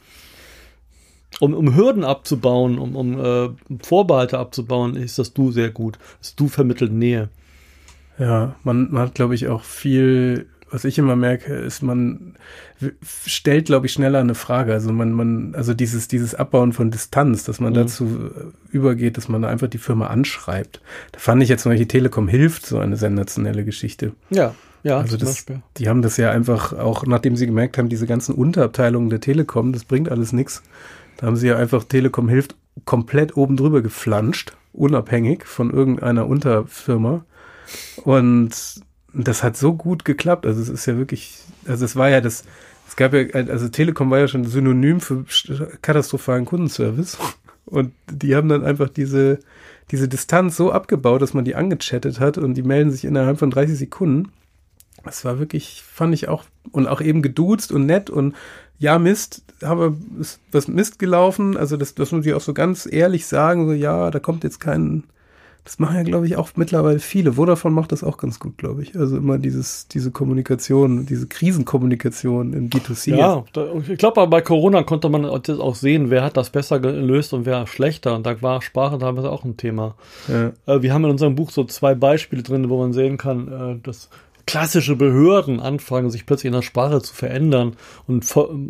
Um Hürden abzubauen, um Vorbehalte abzubauen, ist das Du sehr gut. Das Du vermittelt Nähe. Ja, man hat, glaube ich, auch viel, was ich immer merke, ist, man stellt, glaube ich, schneller eine Frage. Also also dieses Abbauen von Distanz, dass man dazu übergeht, dass man einfach die Firma anschreibt. Da fand ich jetzt zum Beispiel Telekom hilft, so eine sensationelle Geschichte. Ja, also die haben das ja einfach auch, nachdem sie gemerkt haben, diese ganzen Unterabteilungen der Telekom, das bringt alles nichts. Da haben sie ja einfach Telekom hilft komplett oben drüber geflanscht, unabhängig von irgendeiner Unterfirma. Und das hat so gut geklappt. Also es ist ja wirklich, also es war ja also Telekom war ja schon Synonym für katastrophalen Kundenservice. Und die haben dann einfach diese Distanz so abgebaut, dass man die angechattet hat und die melden sich innerhalb von 30 Sekunden. Das war wirklich, fand ich auch, und auch eben geduzt und nett und ja, Mist, aber ist was Mist gelaufen. Also das muss ich auch so ganz ehrlich sagen, so ja, da kommt jetzt kein. Das machen ja, glaube ich, auch mittlerweile viele. Vodafone macht das auch ganz gut, glaube ich. Also immer diese Kommunikation, diese Krisenkommunikation in B2C. Ja, ich glaube, bei Corona konnte man auch sehen, wer hat das besser gelöst und wer schlechter. Und da war Sprache damals auch ein Thema. Ja. Wir haben in unserem Buch so 2 Beispiele drin, wo man sehen kann, dass klassische Behörden anfangen, sich plötzlich in der Sprache zu verändern und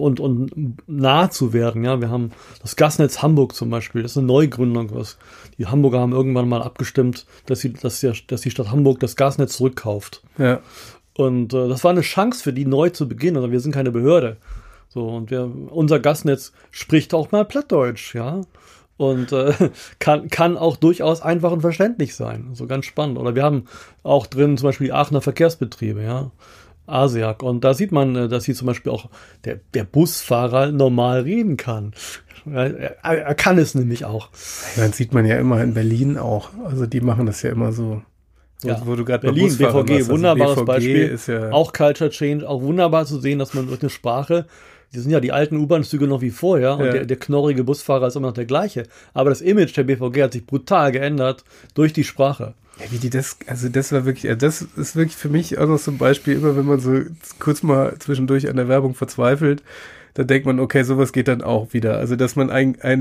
nah zu werden. Ja, wir haben das Gasnetz Hamburg zum Beispiel. Das ist eine Neugründung. Die Hamburger haben irgendwann mal abgestimmt, dass die Stadt Hamburg das Gasnetz zurückkauft. Ja. Und das war eine Chance für die, neu zu beginnen. Also wir sind keine Behörde. So, und unser Gasnetz spricht auch mal Plattdeutsch, ja. Und kann auch durchaus einfach und verständlich sein. So ganz spannend. Oder wir haben auch drin zum Beispiel die Aachener Verkehrsbetriebe, ja. ASEAG. Und da sieht man, dass hier zum Beispiel auch der Busfahrer normal reden kann. Er kann es nämlich auch. Das sieht man ja immer in Berlin auch. Also die machen das ja immer so. Wo du gerade bei Berlin, Busfahrern BVG, warst. Also wunderbares BVG Beispiel. ist ja Auch Culture Change, auch wunderbar zu sehen, dass man durch eine Sprache, die sind ja die alten U-Bahn-Züge noch wie vorher und der knorrige Busfahrer ist immer noch der gleiche. Aber das Image der BVG hat sich brutal geändert durch die Sprache. Ja, wie die das, also das war wirklich, das ist wirklich für mich auch noch so ein Beispiel, immer wenn man so kurz mal zwischendurch an der Werbung verzweifelt, dann denkt man, okay, sowas geht dann auch wieder. Also, dass man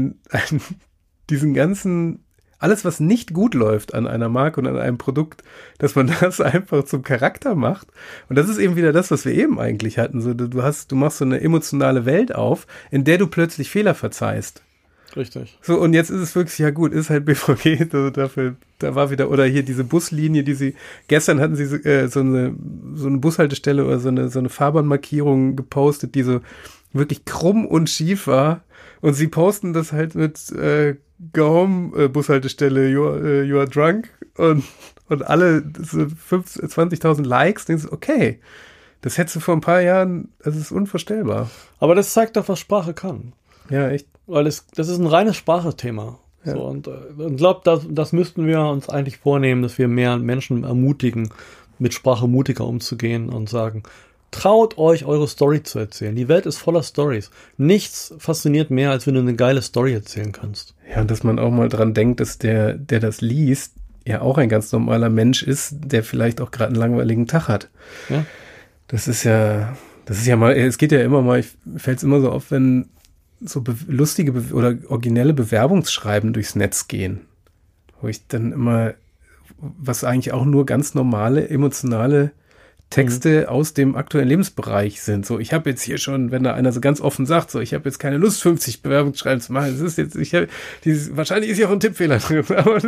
diesen ganzen, alles, was nicht gut läuft an einer Marke und an einem Produkt, dass man das einfach zum Charakter macht. Und das ist eben wieder das, was wir eben eigentlich hatten. So, du machst so eine emotionale Welt auf, in der du plötzlich Fehler verzeihst. Richtig. So, und jetzt ist es wirklich, ja gut, ist halt BVG, also dafür, da war wieder, oder hier diese Buslinie, gestern hatten sie so eine Bushaltestelle oder so eine Fahrbahnmarkierung gepostet, die so wirklich krumm und schief war. Und sie posten das halt mit Bushaltestelle, you are drunk und alle so 20.000 Likes, denkst du, okay, das hättest du vor ein paar Jahren, das ist unvorstellbar. Aber das zeigt doch, was Sprache kann. Ja, echt. Weil das ist ein reines Sprachethema. Ja. So, und ich glaube, das müssten wir uns eigentlich vornehmen, dass wir mehr Menschen ermutigen, mit Sprache mutiger umzugehen und sagen, traut euch, eure Story zu erzählen. Die Welt ist voller Stories. Nichts fasziniert mehr, als wenn du eine geile Story erzählen kannst. Ja, und dass man auch mal dran denkt, dass der das liest, ja auch ein ganz normaler Mensch ist, der vielleicht auch gerade einen langweiligen Tag hat. Ja. Das ist ja mal, es geht ja immer mal, fällt es immer so auf, wenn so lustige oder originelle Bewerbungsschreiben durchs Netz gehen, wo ich dann immer, was eigentlich auch nur ganz normale, emotionale Texte aus dem aktuellen Lebensbereich sind. So, ich habe jetzt hier schon, wenn da einer so ganz offen sagt, so, ich habe jetzt keine Lust, 50 Bewerbungsschreiben zu machen. Das ist jetzt, wahrscheinlich ist ja auch ein Tippfehler drin,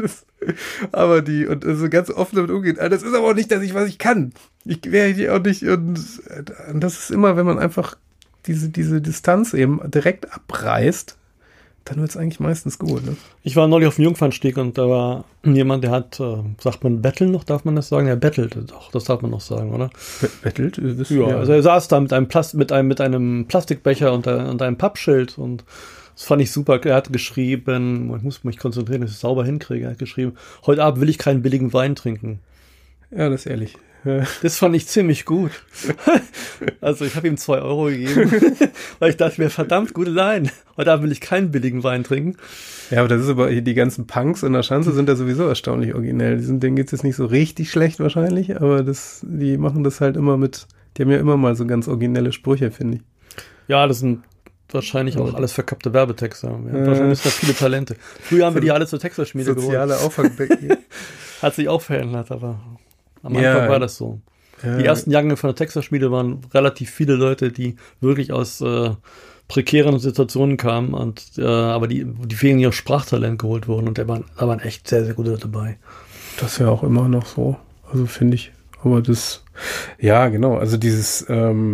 aber so ganz offen damit umgeht. Das ist aber auch nicht, was ich kann. Ich wäre hier auch nicht, und das ist immer, wenn man einfach diese Distanz eben direkt abreißt, dann wird es eigentlich meistens gut. Ne? Ich war neulich auf dem Jungfernstieg und da war jemand, der hat, sagt man betteln noch, darf man das sagen? Er bettelte doch, das darf man noch sagen, oder? Bettelt? Ja, also er saß da mit einem Plastikbecher und einem Pappschild und das fand ich super. Er hat geschrieben, ich muss mich konzentrieren, dass ich es sauber hinkriege, er hat geschrieben, heute Abend will ich keinen billigen Wein trinken. Ja, das ist ehrlich. Das fand ich ziemlich gut. Also ich habe ihm 2 Euro gegeben, weil ich dachte mir, verdammt, gute Line. Heute Abend will ich keinen billigen Wein trinken. Ja, aber das ist aber, die ganzen Punks in der Schanze sind da sowieso erstaunlich originell. Denen geht es jetzt nicht so richtig schlecht wahrscheinlich, aber die machen das halt immer die haben ja immer mal so ganz originelle Sprüche, finde ich. Ja, das sind wahrscheinlich auch alles verkappte Werbetexte. Ja, wahrscheinlich sind da viele Talente. Früher haben wir die alle zur Texterschmiede geholt. Soziale Auffangbecken. Hat sich auch verändert, aber am Anfang war das so. Ja. Die ersten Jahrgänge von der Texterschmiede waren relativ viele Leute, die wirklich aus prekären Situationen kamen und aber die wegen ihr Sprachtalent geholt wurden und da waren echt sehr, sehr gute dabei. Das ist ja auch immer noch so. Also finde ich. Aber ja, genau. Also dieses,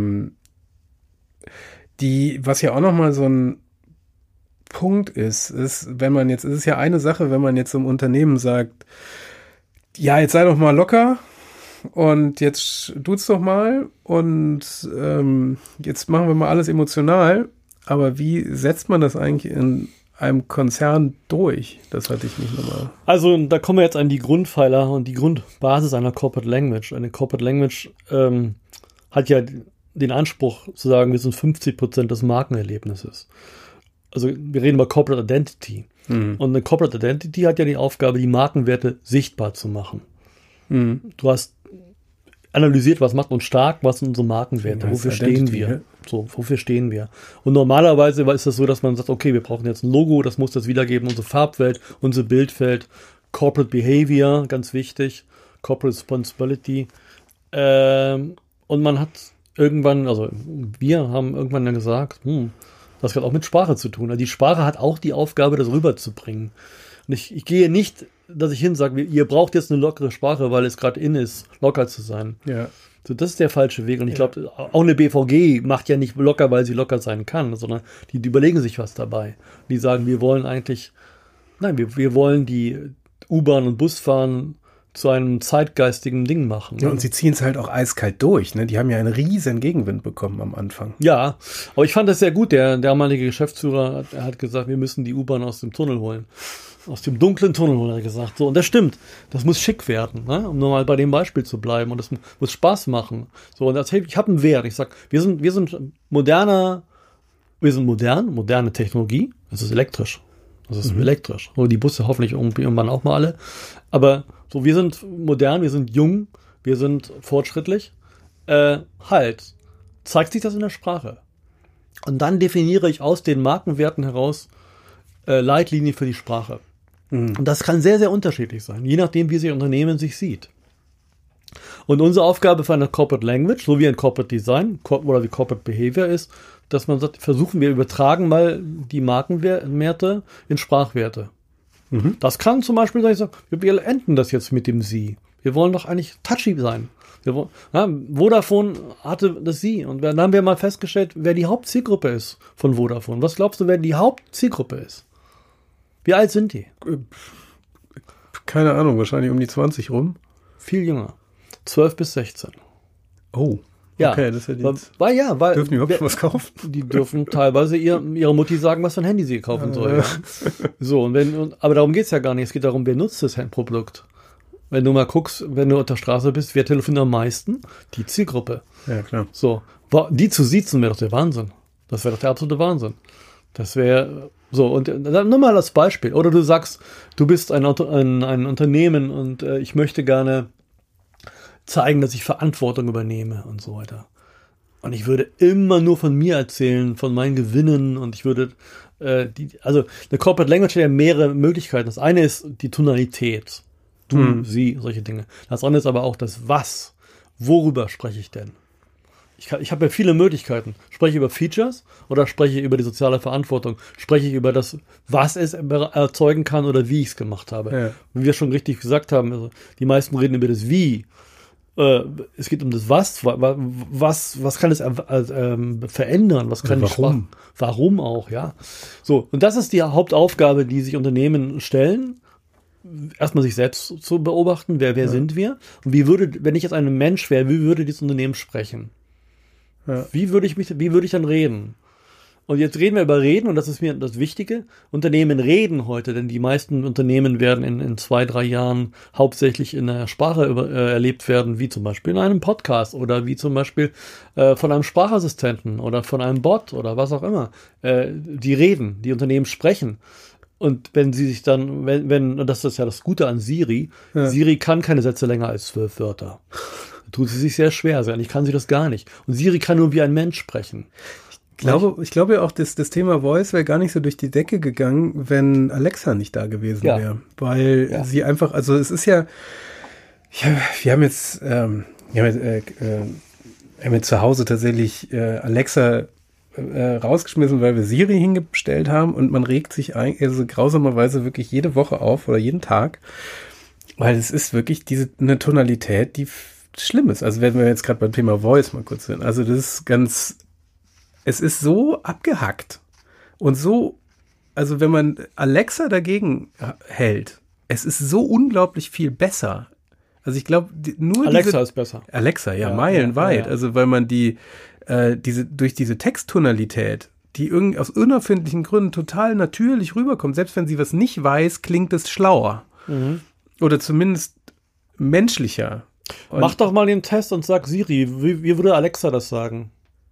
was ja auch nochmal so ein Punkt ist, wenn man jetzt, es ist ja eine Sache, wenn man jetzt im Unternehmen sagt, ja, jetzt sei doch mal locker und jetzt tut's doch mal und jetzt machen wir mal alles emotional. Aber wie setzt man das eigentlich in einem Konzern durch? Das hatte ich nicht nochmal. Also da kommen wir jetzt an die Grundpfeiler und die Grundbasis einer Corporate Language. Eine Corporate Language hat ja den Anspruch zu sagen, wir sind 50% des Markenerlebnisses. Also wir reden über Corporate Identity. Mhm. Und eine Corporate Identity hat ja die Aufgabe, die Markenwerte sichtbar zu machen. Mhm. Du hast analysiert, was macht uns stark, was sind unsere Markenwerte, wofür stehen wir? Ja. So, wofür stehen wir? Und normalerweise ist das so, dass man sagt, okay, wir brauchen jetzt ein Logo, das muss das wiedergeben, unsere Farbwelt, unser Bildfeld, Corporate Behavior, ganz wichtig, Corporate Responsibility. Und man hat irgendwann, also wir haben irgendwann dann gesagt, das hat auch mit Sprache zu tun. Also die Sprache hat auch die Aufgabe, das rüberzubringen. Und ich gehe nicht, dass ich hinsage, ihr braucht jetzt eine lockere Sprache, weil es gerade in ist, locker zu sein. Ja. So, das ist der falsche Weg. Und ich glaube, auch eine BVG macht ja nicht locker, weil sie locker sein kann, sondern die überlegen sich was dabei. Die sagen, wir wollen eigentlich, wir wollen die U-Bahn und Busfahren zu einem zeitgeistigen Ding machen. Ja, und sie ziehen es halt auch eiskalt durch. Ne? Die haben ja einen riesen Gegenwind bekommen am Anfang. Ja, aber ich fand das sehr gut. Der damalige Geschäftsführer hat gesagt, wir müssen die U-Bahn aus dem Tunnel holen. Aus dem dunklen Tunnel, hat er gesagt. So, und das stimmt. Das muss schick werden, ne? Um nur mal bei dem Beispiel zu bleiben. Und das muss Spaß machen. So, und ich habe einen Wert. Ich sag, wir sind modern, moderne Technologie. Das ist elektrisch. Das ist elektrisch. Oder die Busse hoffentlich irgendwann auch mal alle. Aber so, wir sind modern, wir sind jung, wir sind fortschrittlich. Zeigt sich das in der Sprache. Und dann definiere ich aus den Markenwerten heraus Leitlinien für die Sprache. Und das kann sehr, sehr unterschiedlich sein, je nachdem, wie sich ein Unternehmen sich sieht. Und unsere Aufgabe für eine Corporate Language, so wie ein Corporate Design oder wie Corporate Behavior ist, dass man sagt, versuchen wir übertragen mal die Markenwerte in Sprachwerte. Das kann zum Beispiel sein, wir enden das jetzt mit dem Sie. Wir wollen doch eigentlich touchy sein. Vodafone hatte das Sie. Und dann haben wir mal festgestellt, wer die Hauptzielgruppe ist von Vodafone. Was glaubst du, wer die Hauptzielgruppe ist? Wie alt sind die? Keine Ahnung, wahrscheinlich um die 20 rum. Viel jünger. 12 bis 16. Oh, ja. Okay, das ist ja jetzt. Weil dürfen die überhaupt schon was kaufen? Die dürfen teilweise ihrer Mutti sagen, was für ein Handy sie kaufen soll. Ja. So, aber darum geht es ja gar nicht. Es geht darum, wer nutzt das Produkt. Wenn du mal guckst, wenn du auf der Straße bist, wer telefoniert am meisten? Die Zielgruppe. Ja, klar. So, die zu siezen wäre doch der Wahnsinn. Das wäre doch der absolute Wahnsinn. Das wäre so, und dann nur mal als Beispiel. Oder du sagst, du bist ein Unternehmen und ich möchte gerne zeigen, dass ich Verantwortung übernehme und so weiter. Und ich würde immer nur von mir erzählen, von meinen Gewinnen, und ich würde also eine Corporate Language hat ja mehrere Möglichkeiten. Das eine ist die Tonalität. Du, sie, solche Dinge. Das andere ist aber auch das Was. Worüber spreche ich denn? Ich habe ja viele Möglichkeiten. Spreche ich über Features oder spreche ich über die soziale Verantwortung? Spreche ich über das, was es erzeugen kann oder wie ich es gemacht habe? Ja. Wie wir schon richtig gesagt haben, also die meisten reden über das Wie. Es geht um das Was. Was kann es verändern? Was kann warum? Warum auch, ja. So, und das ist die Hauptaufgabe, die sich Unternehmen stellen. Erstmal sich selbst zu beobachten, wer sind wir? Und wenn ich jetzt ein Mensch wäre, wie würde dieses Unternehmen sprechen? Ja. Wie würde ich dann reden? Und jetzt reden wir über Reden, und das ist mir das Wichtige. Unternehmen reden heute, denn die meisten Unternehmen werden in 2-3 Jahren hauptsächlich in der Sprache erlebt werden, wie zum Beispiel in einem Podcast oder wie zum Beispiel von einem Sprachassistenten oder von einem Bot oder was auch immer. Die reden, die Unternehmen sprechen. Und wenn sie sich dann, und das ist ja das Gute an Siri, Siri kann keine Sätze länger als 12 Wörter. Da tut sie sich sehr schwer. Ich kann sie das gar nicht. Und Siri kann nur wie ein Mensch sprechen. Ich glaube ja auch, das Thema Voice wäre gar nicht so durch die Decke gegangen, wenn Alexa nicht da gewesen wäre. Weil sie einfach, also es ist ja, wir haben jetzt zu Hause tatsächlich Alexa rausgeschmissen, weil wir Siri hingestellt haben, und man regt sich also grausamerweise wirklich jede Woche auf oder jeden Tag, weil es ist wirklich eine Tonalität, die schlimm ist. Also wenn wir jetzt gerade beim Thema Voice mal kurz sind, also das ist es ist so abgehackt und so, also wenn man Alexa dagegen hält, es ist so unglaublich viel besser. Also ich glaube, nur Alexa ist besser. Alexa, ja meilenweit. Ja. Also weil man durch diese Texttonalität, die aus unerfindlichen Gründen total natürlich rüberkommt, selbst wenn sie was nicht weiß, klingt es schlauer. Oder zumindest menschlicher. Und mach doch mal den Test und sag Siri, wie würde Alexa das sagen?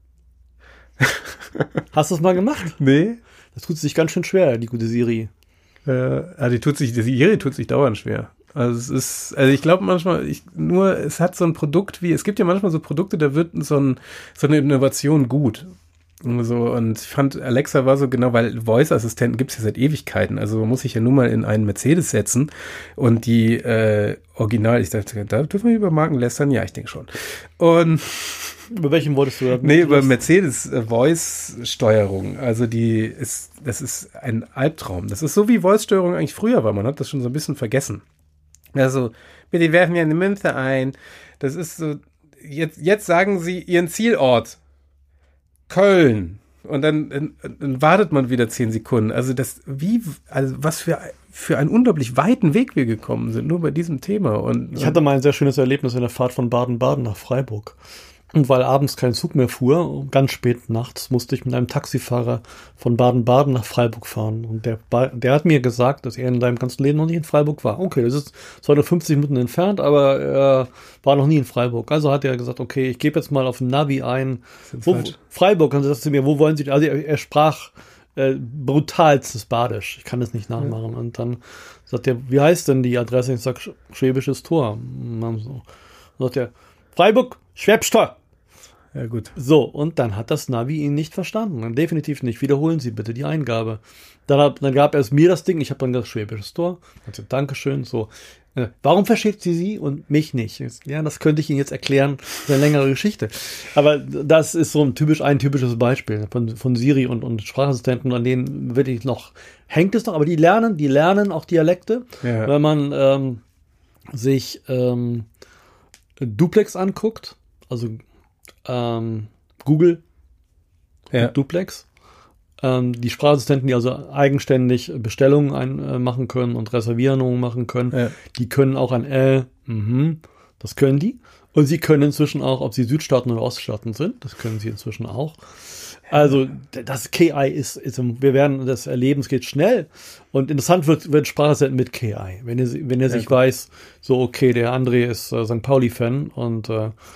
Hast du es mal gemacht? Nee. Das tut sich ganz schön schwer, die gute Siri. Die Siri tut sich dauernd schwer. Also ich glaube manchmal, es hat so ein Produkt es gibt ja manchmal so Produkte, da wird so eine Innovation gut. Und ich fand, Alexa war so genau, weil Voice-Assistenten gibt es ja seit Ewigkeiten. Also man muss sich ja nur mal in einen Mercedes setzen und die Original, ich dachte, da dürfen wir über Marken lästern? Ja, ich denke schon. Und über welchen wolltest du da? Nee, über Mercedes Voice-Steuerung. Also das ist ein Albtraum. Das ist so, wie Voice-Steuerung eigentlich früher war. Man hat das schon so ein bisschen vergessen. Also, bitte werfen wir eine Münze ein. Das ist so, jetzt sagen Sie Ihren Zielort. Köln. Und dann wartet man wieder 10 Sekunden. Also was für einen unglaublich weiten Weg wir gekommen sind, nur bei diesem Thema. Und ich hatte mal ein sehr schönes Erlebnis in der Fahrt von Baden-Baden nach Freiburg. Und weil abends kein Zug mehr fuhr, ganz spät nachts, musste ich mit einem Taxifahrer von Baden-Baden nach Freiburg fahren. Und der hat mir gesagt, dass er in seinem ganzen Leben noch nie in Freiburg war. Okay, das ist 250 Minuten entfernt, aber er war noch nie in Freiburg. Also hat er gesagt, okay, ich gebe jetzt mal auf dem Navi ein. Freiburg, und er sagte zu mir, wo wollen Sie? Also er sprach brutalstes Badisch. Ich kann das nicht nachmachen. Ja. Und dann sagt er, wie heißt denn die Adresse? Ich sag, Schwäbisches Tor. Und dann sagt er, Freiburg, Schwäbster. Ja, gut. So, und dann hat das Navi ihn nicht verstanden. Definitiv nicht. Wiederholen Sie bitte die Eingabe. Dann gab er es mir das Ding. Ich habe dann das Schwäbisches Tor. Also, Dankeschön. So, warum versteht sie und mich nicht? Ja, das könnte ich Ihnen jetzt erklären. Das ist eine längere Geschichte. Aber das ist so ein typisches Beispiel von Siri und Sprachassistenten, an denen wirklich noch hängt es noch. Aber die lernen auch Dialekte. Ja. Wenn man sich Duplex anguckt, also Google Duplex, die Sprachassistenten, die also eigenständig Bestellungen machen können und Reservierungen machen können, die können auch das können die. Und sie können inzwischen auch, ob sie Südstaaten oder Oststaaten sind, das können sie inzwischen auch. Also das KI ist wir werden das erleben, es geht schnell. Und interessant wird Sprachassistenten mit KI. Wenn er sich weiß, so okay, der André ist St. Pauli-Fan und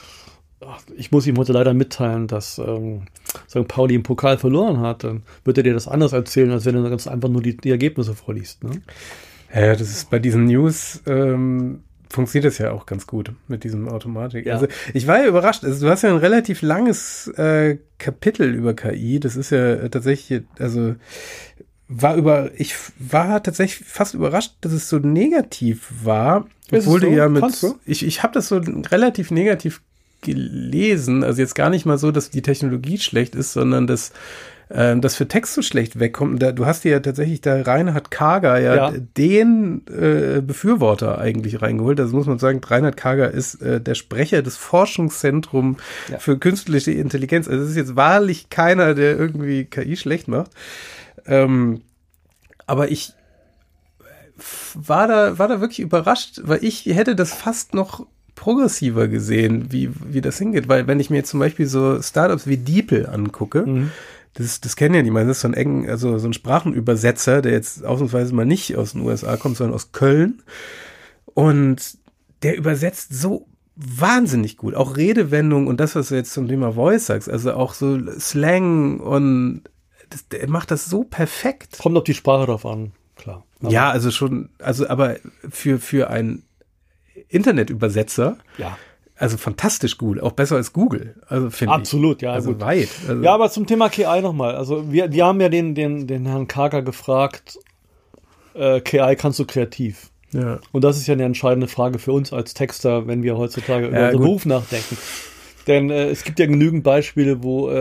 ich muss ihm heute leider mitteilen, dass St. Pauli im Pokal verloren hat, dann wird er dir das anders erzählen, als wenn er ganz einfach nur die Ergebnisse vorliest. Ne? Ja, das ist bei diesen News funktioniert das ja auch ganz gut mit diesem Automatik. Ja. Also ich war ja überrascht. Also du hast ja ein relativ langes Kapitel über KI. Das ist ja tatsächlich, also ich war tatsächlich fast überrascht, dass es so negativ war. Obwohl du ja ich habe das so relativ negativ gelesen, also jetzt gar nicht mal so, dass die Technologie schlecht ist, sondern dass das für Text so schlecht wegkommt. Du hast ja tatsächlich da Reinhard Kager den Befürworter eigentlich reingeholt. Also muss man sagen, Reinhard Kager ist der Sprecher des Forschungszentrums für künstliche Intelligenz. Also es ist jetzt wahrlich keiner, der irgendwie KI schlecht macht. Aber ich war da wirklich überrascht, weil ich hätte das fast noch progressiver gesehen, wie das hingeht. Weil wenn ich mir jetzt zum Beispiel so Startups wie DeepL angucke, das kennen ja die meisten, das ist so ein Sprachenübersetzer, der jetzt ausnahmsweise mal nicht aus den USA kommt, sondern aus Köln. Und der übersetzt so wahnsinnig gut. Auch Redewendungen und das, was du jetzt zum Thema Voice sagst, also auch so Slang und der macht das so perfekt. Kommt auf die Sprache drauf an, klar. Ja, also aber für einen Internetübersetzer, also fantastisch gut, auch besser als Google, also finde ich. Absolut, ja, also gut. Weit. Also ja, aber zum Thema KI nochmal, also wir haben ja den Herrn Kager gefragt, KI kannst du kreativ? Ja. Und das ist ja eine entscheidende Frage für uns als Texter, wenn wir heutzutage über unseren Beruf nachdenken. Denn es gibt ja genügend Beispiele, wo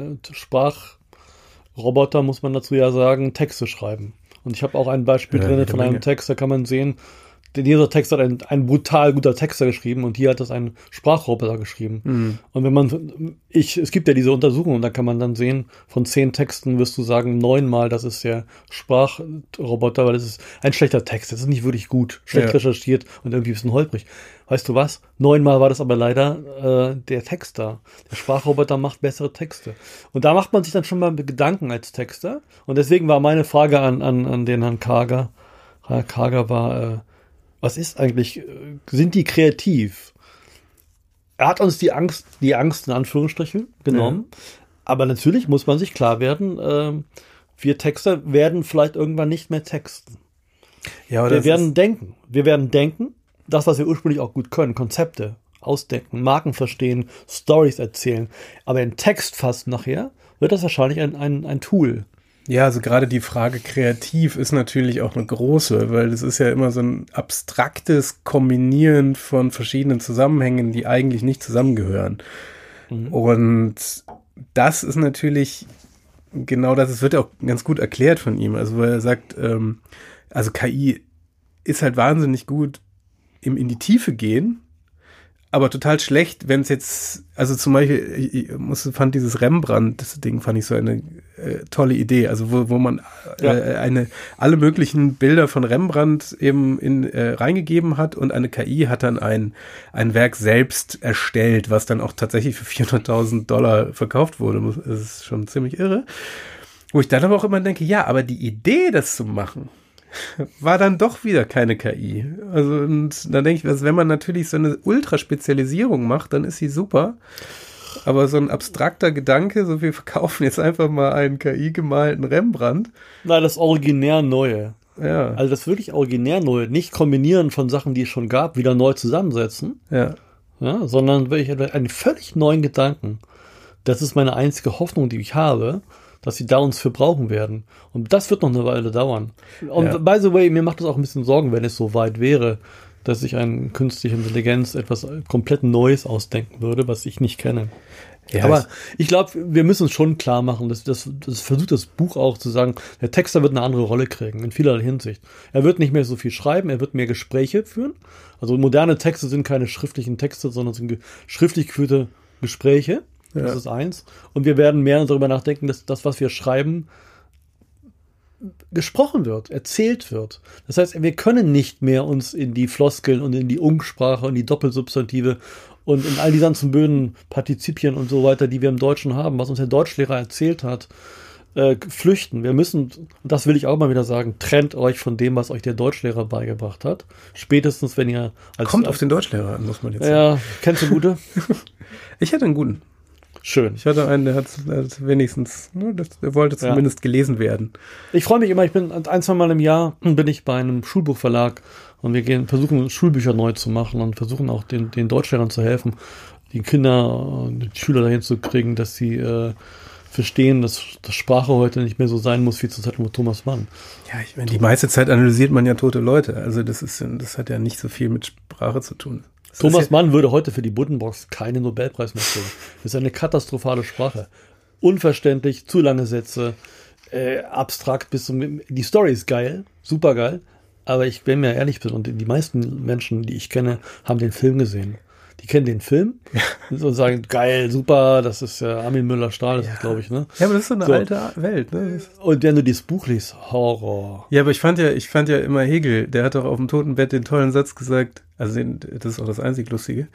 Sprachroboter, muss man dazu ja sagen, Texte schreiben. Und ich habe auch ein Beispiel drin von einem Text, da kann man sehen, dieser Text hat ein brutal guter Texter geschrieben und hier hat das ein Sprachroboter geschrieben. Und es gibt ja diese Untersuchung und da kann man dann sehen, von 10 Texten wirst du sagen, 9-mal, das ist der Sprachroboter, weil das ist ein schlechter Text, das ist nicht wirklich gut, schlecht recherchiert und irgendwie ein bisschen holprig. Weißt du was? 9-mal war das aber leider der Texter. Der Sprachroboter macht bessere Texte. Und da macht man sich dann schon mal Gedanken als Texter. Und deswegen war meine Frage an den Herrn Kager. Herr Kager war, was ist eigentlich, sind die kreativ? Er hat uns die Angst in Anführungsstrichen genommen. Ja. Aber natürlich muss man sich klar werden, wir Texter werden vielleicht irgendwann nicht mehr texten. Ja, wir werden denken, das, was wir ursprünglich auch gut können, Konzepte ausdenken, Marken verstehen, Stories erzählen. Aber in Text fast nachher wird das wahrscheinlich ein Tool. Ja, also gerade die Frage kreativ ist natürlich auch eine große, weil es ist ja immer so ein abstraktes Kombinieren von verschiedenen Zusammenhängen, die eigentlich nicht zusammengehören. Und das ist natürlich genau das, es wird ja auch ganz gut erklärt von ihm, also wo er sagt, also KI ist halt wahnsinnig gut im in die Tiefe gehen, aber total schlecht, wenn es jetzt, also zum Beispiel, fand dieses Rembrandt, das Ding fand ich so eine tolle Idee, also wo man alle möglichen Bilder von Rembrandt eben reingegeben hat und eine KI hat dann ein Werk selbst erstellt, was dann auch tatsächlich für $400.000 verkauft wurde. Das ist schon ziemlich irre. Wo ich dann aber auch immer denke, ja, aber die Idee, das zu machen, war dann doch wieder keine KI. Also, und dann denke ich, also wenn man natürlich so eine Ultraspezialisierung macht, dann ist sie super. Aber so ein abstrakter Gedanke, so wir verkaufen jetzt einfach mal einen KI-gemalten Rembrandt. Nein, das originär Neue. Ja. Also das wirklich originär Neue. Nicht kombinieren von Sachen, die es schon gab, wieder neu zusammensetzen. Ja. Ja, sondern wirklich einen völlig neuen Gedanken. Das ist meine einzige Hoffnung, die ich habe, dass sie da uns für brauchen werden. Und das wird noch eine Weile dauern. Und by the way, mir macht das auch ein bisschen Sorgen, wenn es so weit wäre, dass sich eine künstliche Intelligenz etwas komplett Neues ausdenken würde, was ich nicht kenne. Ja, aber ich glaube, wir müssen uns schon klar machen, das versucht das Buch auch zu sagen, der Texter wird eine andere Rolle kriegen, in vielerlei Hinsicht. Er wird nicht mehr so viel schreiben, er wird mehr Gespräche führen. Also moderne Texte sind keine schriftlichen Texte, sondern sind schriftlich geführte Gespräche. Ja. Das ist eins. Und wir werden mehr darüber nachdenken, dass das, was wir schreiben, gesprochen wird, erzählt wird. Das heißt, wir können nicht mehr uns in die Floskeln und in die Umsprache und die Doppelsubstantive und in all die ganzen bösen Partizipien und so weiter, die wir im Deutschen haben, was uns der Deutschlehrer erzählt hat, flüchten. Wir müssen, und das will ich auch mal wieder sagen, trennt euch von dem, was euch der Deutschlehrer beigebracht hat. Spätestens, wenn ihr... Kommt auf den Deutschlehrer an, muss man jetzt sagen. Ja, kennst du gute? Ich hatte einen guten. Schön. Ich hatte einen, der hat wenigstens, der wollte zumindest gelesen werden. Ich freue mich immer, ich bin 1-2 Mal im Jahr bin ich bei einem Schulbuchverlag und wir versuchen Schulbücher neu zu machen und versuchen auch den Deutschlehrern zu helfen, die Kinder, die Schüler dahin zu kriegen, dass sie verstehen, dass Sprache heute nicht mehr so sein muss wie zur Zeit von Thomas Mann. Ja, ich meine, die meiste Zeit analysiert man ja tote Leute. Also das hat ja nicht so viel mit Sprache zu tun. Thomas Mann würde heute für die Buddenbrooks keinen Nobelpreis mehr kriegen. Das ist eine katastrophale Sprache. Unverständlich, zu lange Sätze, abstrakt die Story ist geil, super geil, aber wenn mir ehrlich bin, und die meisten Menschen, die ich kenne, haben den Film gesehen. Die kennen den Film und sagen, geil, super, das ist Armin Müller-Stahl, das ist, glaube ich, ne? Ja, aber das ist so eine alte Welt, ne? Und wenn du dieses Buch liest, Horror. Ja, aber ich fand ja immer Hegel, der hat doch auf dem Totenbett den tollen Satz gesagt, also das ist auch das einzig Lustige,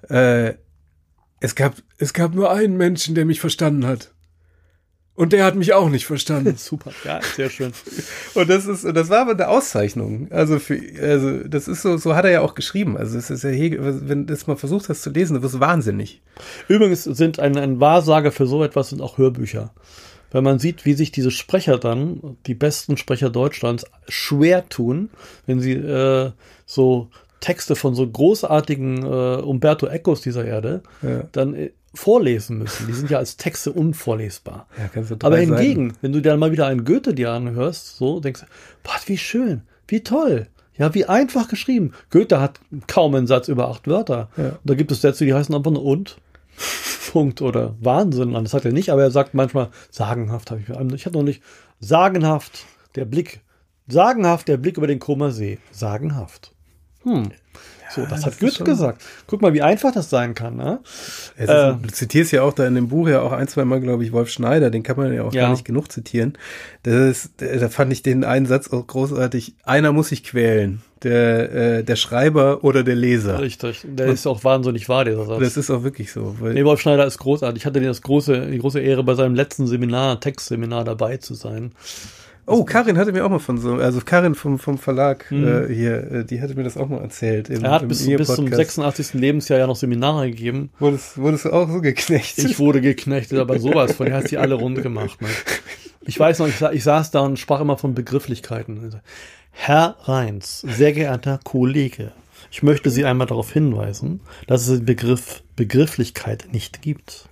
es gab nur einen Menschen, der mich verstanden hat. Und der hat mich auch nicht verstanden. Super, ja, sehr schön. Und das war aber eine Auszeichnung. Also das ist so hat er ja auch geschrieben. Also es ist ja wenn du das mal versucht hast zu lesen, du wirst wahnsinnig. Übrigens sind ein Wahrsager für so etwas sind auch Hörbücher. Weil man sieht, wie sich diese Sprecher dann, die besten Sprecher Deutschlands, schwer tun, wenn sie so Texte von so großartigen Umberto Ecos dieser Erde dann vorlesen müssen. Die sind ja als Texte unvorlesbar. Ja, kannst du aber hingegen, wenn du dann mal wieder einen Goethe dir anhörst, so denkst du, boah, wie schön, wie toll, ja, wie einfach geschrieben. Goethe hat kaum einen Satz über 8 Wörter. Ja. Und da gibt es Sätze, die heißen einfach nur und, Punkt oder Wahnsinn. Das hat er nicht, aber er sagt manchmal sagenhaft, ich hatte noch nicht, sagenhaft der Blick über den Comer See. Sagenhaft. So, das hat Goethe gesagt. Guck mal, wie einfach das sein kann. Ne? Du zitierst ja auch da in dem Buch ja auch 1-2 Mal, glaube ich, Wolf Schneider, den kann man ja auch gar nicht genug zitieren. Da fand ich den einen Satz auch großartig. Einer muss sich quälen. Der Schreiber oder der Leser. Richtig, der ist auch wahnsinnig wahr, dieser Satz. Das ist auch wirklich so. Wolf Schneider ist großartig. Ich hatte die große Ehre, bei seinem letzten Textseminar dabei zu sein. Oh, Karin hatte mir auch mal Karin vom Verlag hier, die hatte mir das auch mal erzählt. Er hat bis zum 86. Lebensjahr ja noch Seminare gegeben. Wurdest du auch so geknechtet? Ich wurde geknechtet, aber sowas von, er hat sie alle rund gemacht. Ne? Ich weiß noch, ich saß da und sprach immer von Begrifflichkeiten. Herr Reins, sehr geehrter Kollege, ich möchte Sie einmal darauf hinweisen, dass es den Begriff Begrifflichkeit nicht gibt.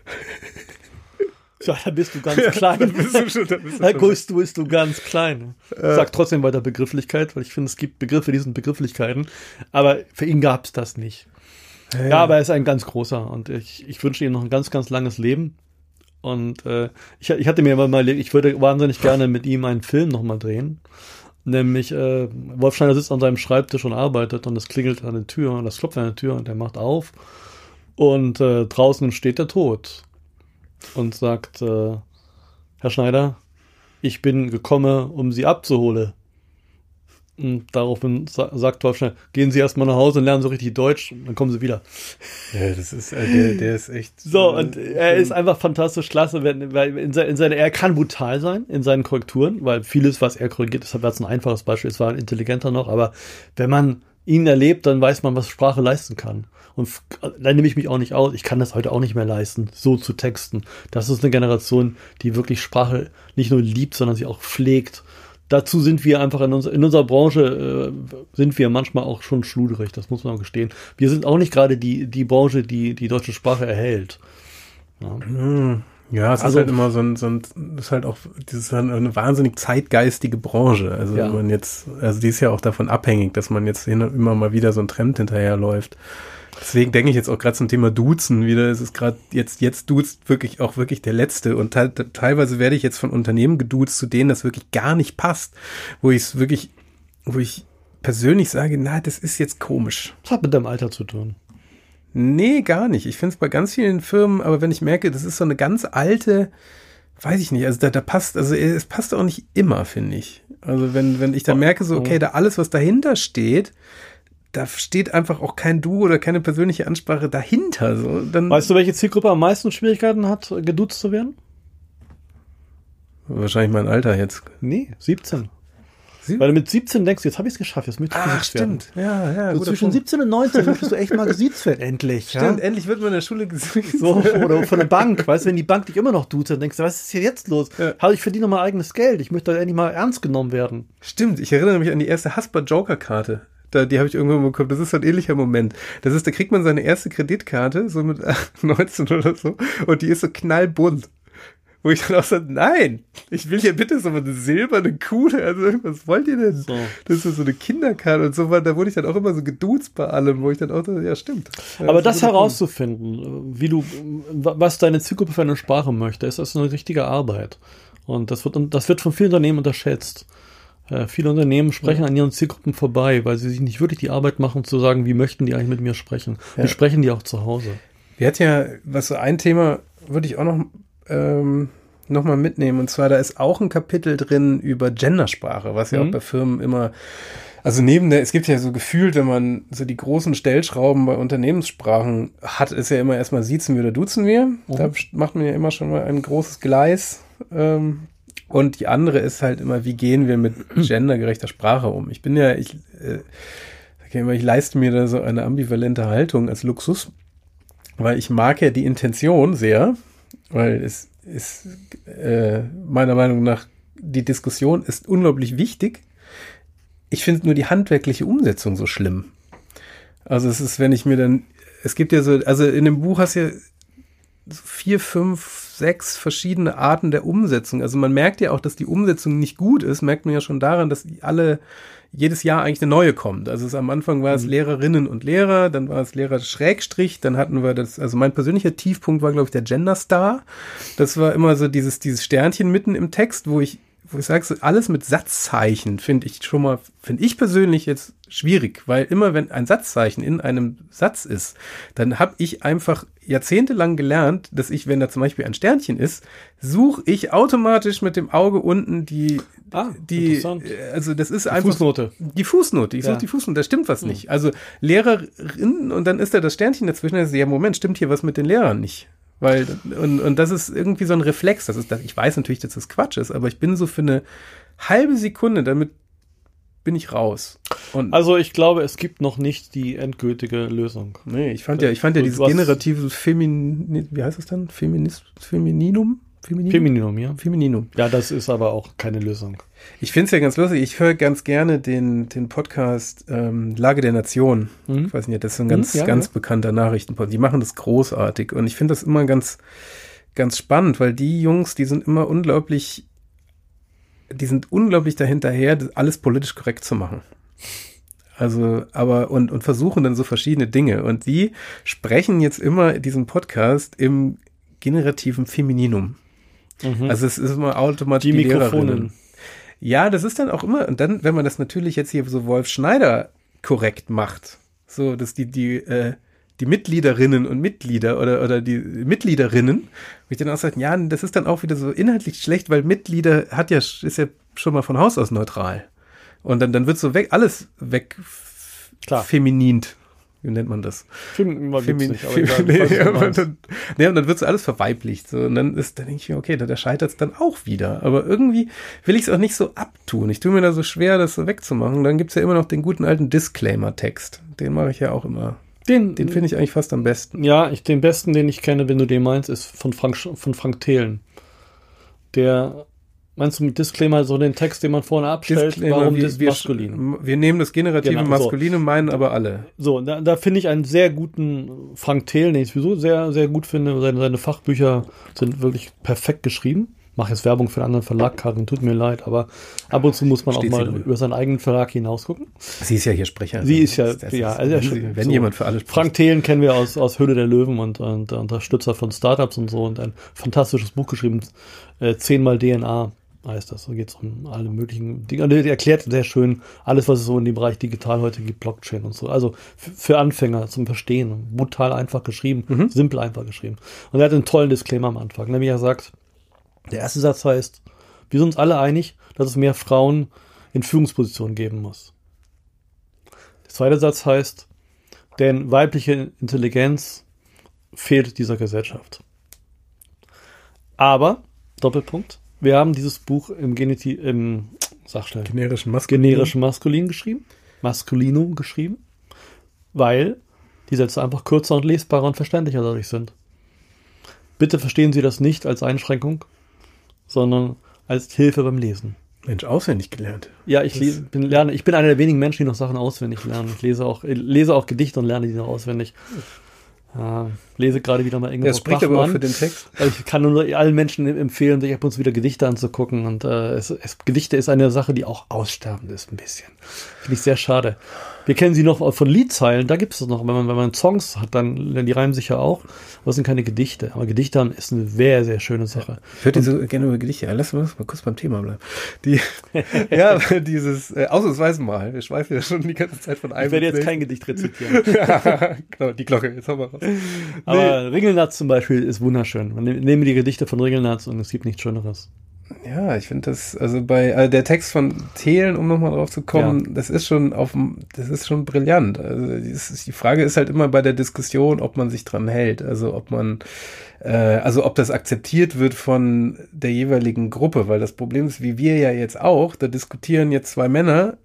Ja, da bist du ganz klein. Da bist du ganz klein. Sag trotzdem weiter Begrifflichkeit, weil ich finde, es gibt Begriffe, die sind Begrifflichkeiten. Aber für ihn gab es das nicht. Ja, aber er ist ein ganz großer. Und ich wünsche ihm noch ein ganz, ganz langes Leben. Und ich hatte mir mal, ich würde wahnsinnig gerne mit ihm einen Film nochmal drehen. Nämlich, Wolf Schneider sitzt an seinem Schreibtisch und arbeitet und es klingelt an der Tür und das klopft an der Tür und er macht auf und draußen steht der Tod und sagt, Herr Schneider, ich bin gekommen, um Sie abzuholen. Und daraufhin sagt Wolf Schneider, gehen Sie erstmal nach Hause und lernen so richtig Deutsch, dann kommen Sie wieder. Ja, das ist, der ist echt... So, und er ist einfach fantastisch klasse, weil er kann brutal sein in seinen Korrekturen, weil vieles, was er korrigiert, deshalb war es ein einfaches Beispiel, es war ein intelligenter noch, aber wenn man ihn erlebt, dann weiß man, was Sprache leisten kann. Und da nehme ich mich auch nicht aus, ich kann das heute auch nicht mehr leisten, so zu texten. Das ist eine Generation, die wirklich Sprache nicht nur liebt, sondern sie auch pflegt. Dazu sind wir einfach in unserer Branche, sind wir manchmal auch schon schluderig, das muss man auch gestehen. Wir sind auch nicht gerade die Branche, die deutsche Sprache erhält. Ja, es ist halt immer das ist halt auch, das ist eine wahnsinnig zeitgeistige Branche. Also wenn man jetzt, also die ist ja auch davon abhängig, dass man jetzt immer mal wieder so ein Trend hinterherläuft. Deswegen denke ich jetzt auch gerade zum Thema Duzen wieder, es ist gerade jetzt duzt wirklich der Letzte und teilweise werde ich jetzt von Unternehmen geduzt, zu denen das wirklich gar nicht passt, wo ich persönlich sage, na, das ist jetzt komisch. Das hat mit deinem Alter zu tun. Nee, gar nicht. Ich finde es bei ganz vielen Firmen, aber wenn ich merke, das ist so eine ganz alte, weiß ich nicht, also da passt, also es passt auch nicht immer, finde ich. Also wenn ich da merke, so, okay, da alles, was dahinter steht, da steht einfach auch kein Du oder keine persönliche Ansprache dahinter. So, dann weißt du, welche Zielgruppe am meisten Schwierigkeiten hat, geduzt zu werden? Wahrscheinlich mein Alter jetzt. Nee, 17. Weil du mit 17 denkst, jetzt habe ich es geschafft, jetzt möchte ich gesiezt werden. Stimmt. Ja. So zwischen 17 und 19 möchtest du echt mal gesiezt werden, endlich. Stimmt, endlich wird man in der Schule gesiezt. So, oder von der Bank, weißt du, wenn die Bank dich immer noch duzt, dann denkst du, was ist hier jetzt los? Ja. Ich verdiene noch mal eigenes Geld, ich möchte endlich mal ernst genommen werden. Stimmt, ich erinnere mich an die erste Hasper-Joker-Karte. Die habe ich irgendwann bekommen. Das ist so ein ähnlicher Moment. Da kriegt man seine erste Kreditkarte, so mit 19 oder so, und die ist so knallbunt. Wo ich dann auch so, nein, ich will hier bitte so eine silberne Kuhle, also was wollt ihr denn? So. Das ist so eine Kinderkarte und so, da wurde ich dann auch immer so geduzt bei allem, wo ich dann auch so, ja, stimmt. Ja, aber das herauszufinden, was deine Zielgruppe für eine Sprache möchte, ist das eine richtige Arbeit. Und das wird von vielen Unternehmen unterschätzt. Viele Unternehmen sprechen an ihren Zielgruppen vorbei, weil sie sich nicht wirklich die Arbeit machen, zu sagen, wie möchten die eigentlich mit mir sprechen. Wir sprechen die auch zu Hause. Wir hatten ja, was so ein Thema, würde ich auch noch mal mitnehmen, und zwar, da ist auch ein Kapitel drin über Gendersprache, was ja auch bei Firmen immer, also es gibt ja so gefühlt, wenn man so die großen Stellschrauben bei Unternehmenssprachen hat, ist ja immer erstmal siezen wir oder duzen wir. Da macht man ja immer schon mal ein großes Gleis. Und die andere ist halt immer, wie gehen wir mit gendergerechter Sprache um? Ich leiste mir da so eine ambivalente Haltung als Luxus, weil ich mag ja die Intention sehr, weil es ist meiner Meinung nach, die Diskussion ist unglaublich wichtig. Ich finde nur die handwerkliche Umsetzung so schlimm. Also es ist, wenn ich mir dann, es gibt ja so, also in dem Buch hast du ja 4, 5, 6 verschiedene Arten der Umsetzung. Also man merkt ja auch, dass die Umsetzung nicht gut ist, merkt man ja schon daran, dass jedes Jahr eigentlich eine neue kommt. Also am Anfang war es Lehrerinnen und Lehrer, dann war es Lehrer Schrägstrich, dann hatten wir also mein persönlicher Tiefpunkt war, glaube ich, der Genderstar. Das war immer so dieses Sternchen mitten im Text, wo ich sage, so alles mit Satzzeichen finde ich persönlich jetzt schwierig, weil immer wenn ein Satzzeichen in einem Satz ist, dann habe ich einfach jahrzehntelang gelernt, dass ich, wenn da zum Beispiel ein Sternchen ist, suche ich automatisch mit dem Auge unten also das ist einfach Fußnote. Die Fußnote. Ich suche die Fußnote, da stimmt was nicht. Also Lehrerin und dann ist da das Sternchen dazwischen, da ist ja, Moment, stimmt hier was mit den Lehrern nicht? Weil, und das ist irgendwie so ein Reflex, ich weiß natürlich, dass das Quatsch ist, aber ich bin so für eine halbe Sekunde, damit bin ich raus. Also ich glaube, es gibt noch nicht die endgültige Lösung. Nee, ich fand ja dieses generative wie heißt das dann? Femininum? Femininum, ja. Femininum. Ja, das ist aber auch keine Lösung. Ich finde es ja ganz lustig. Ich höre ganz gerne den Podcast Lage der Nation. Ich weiß nicht, das ist ein ganz bekannter Nachrichtenpodcast. Die machen das großartig. Und ich finde das immer ganz, ganz spannend, weil die Jungs, die sind immer unglaublich dahinterher, alles politisch korrekt zu machen. Also, und versuchen dann so verschiedene Dinge. Und die sprechen jetzt immer diesen Podcast im generativen Femininum. Also es ist immer automatisch die Mikrofone. Ja, das ist dann auch immer, und dann, wenn man das natürlich jetzt hier so Wolf Schneider korrekt macht, so, dass die Mitgliederinnen und Mitglieder oder die Mitgliederinnen, wo ich dann auch sage, ja, das ist dann auch wieder so inhaltlich schlecht, weil Mitglieder ist ja schon mal von Haus aus neutral. Und dann wird so alles weg feminint. Wie nennt man das? Und dann wird so alles verweiblicht. So. Und dann denke ich mir, okay, da scheitert es dann auch wieder. Aber irgendwie will ich es auch nicht so abtun. Ich tue mir da so schwer, das so wegzumachen. Dann gibt es ja immer noch den guten alten Disclaimer-Text. Den mache ich ja auch immer. Den finde ich eigentlich fast am besten. Ja, den besten, den ich kenne, wenn du den meinst, ist von Frank Thelen. Meinst du mit Disclaimer so den Text, den man vorne abstellt? Warum das Maskulin? Wir nehmen das generative Maskuline, meinen aber alle. So, da finde ich einen sehr guten Frank Thelen, den ich sowieso sehr, sehr gut finde. Seine Fachbücher sind wirklich perfekt geschrieben. Mache jetzt Werbung für einen anderen Verlag, Karin, tut mir leid, aber ab und zu muss man auch mal über seinen eigenen Verlag hinaus gucken. Sie ist ja hier Sprecher. Sie ist ja, wenn jemand für alle spricht. Frank Thelen kennen wir aus Höhle der Löwen und Unterstützer von Startups und so und ein fantastisches Buch geschrieben, 10-mal DNA heißt das. Da geht es um alle möglichen Dinge. Der erklärt sehr schön alles, was es so in dem Bereich digital heute gibt, Blockchain und so. Also für Anfänger zum Verstehen. Brutal einfach geschrieben, simpel einfach geschrieben. Und er hat einen tollen Disclaimer am Anfang. Nämlich er sagt, der erste Satz heißt, wir sind uns alle einig, dass es mehr Frauen in Führungspositionen geben muss. Der zweite Satz heißt, denn weibliche Intelligenz fehlt dieser Gesellschaft. Aber, Doppelpunkt, wir haben dieses Buch im generischen Maskulin geschrieben, Maskulinum geschrieben, weil die Sätze einfach kürzer und lesbarer und verständlicher dadurch sind. Bitte verstehen Sie das nicht als Einschränkung, sondern als Hilfe beim Lesen. Mensch, auswendig gelernt. Ja, ich bin einer der wenigen Menschen, die noch Sachen auswendig lernen. Ich lese auch Gedichte und lerne die noch auswendig. Lese gerade wieder mal Ingeborg Das spricht Bachmann. aber auch für den Text. Ich kann nur allen Menschen empfehlen, sich ab und zu wieder Gedichte anzugucken. Und Gedichte ist eine Sache, die auch aussterbend ist ein bisschen. Finde ich sehr schade. Wir kennen sie noch von Liedzeilen, da gibt es noch. Wenn man Songs hat, dann die reimen sich ja auch. Aber es sind keine Gedichte. Aber Gedichte haben ist eine sehr, sehr schöne Sache. Ich würde so gerne über Gedichte. Lass uns mal kurz beim Thema bleiben. Dieses ausnahmsweise mal. Wir schweifen ja schon die ganze Zeit von einem. Ich werde jetzt kein Gedicht rezitieren. Genau, die Glocke. Jetzt haben wir raus. Aber Ringelnatz zum Beispiel ist wunderschön. Man nehme die Gedichte von Ringelnatz und es gibt nichts Schöneres. Ja, ich finde das, also der Text von Thelen, um nochmal drauf zu kommen, das ist schon brillant. Also die Frage ist halt immer bei der Diskussion, ob man sich dran hält. Also ob das akzeptiert wird von der jeweiligen Gruppe, weil das Problem ist, wie wir ja jetzt auch, da diskutieren jetzt zwei Männer,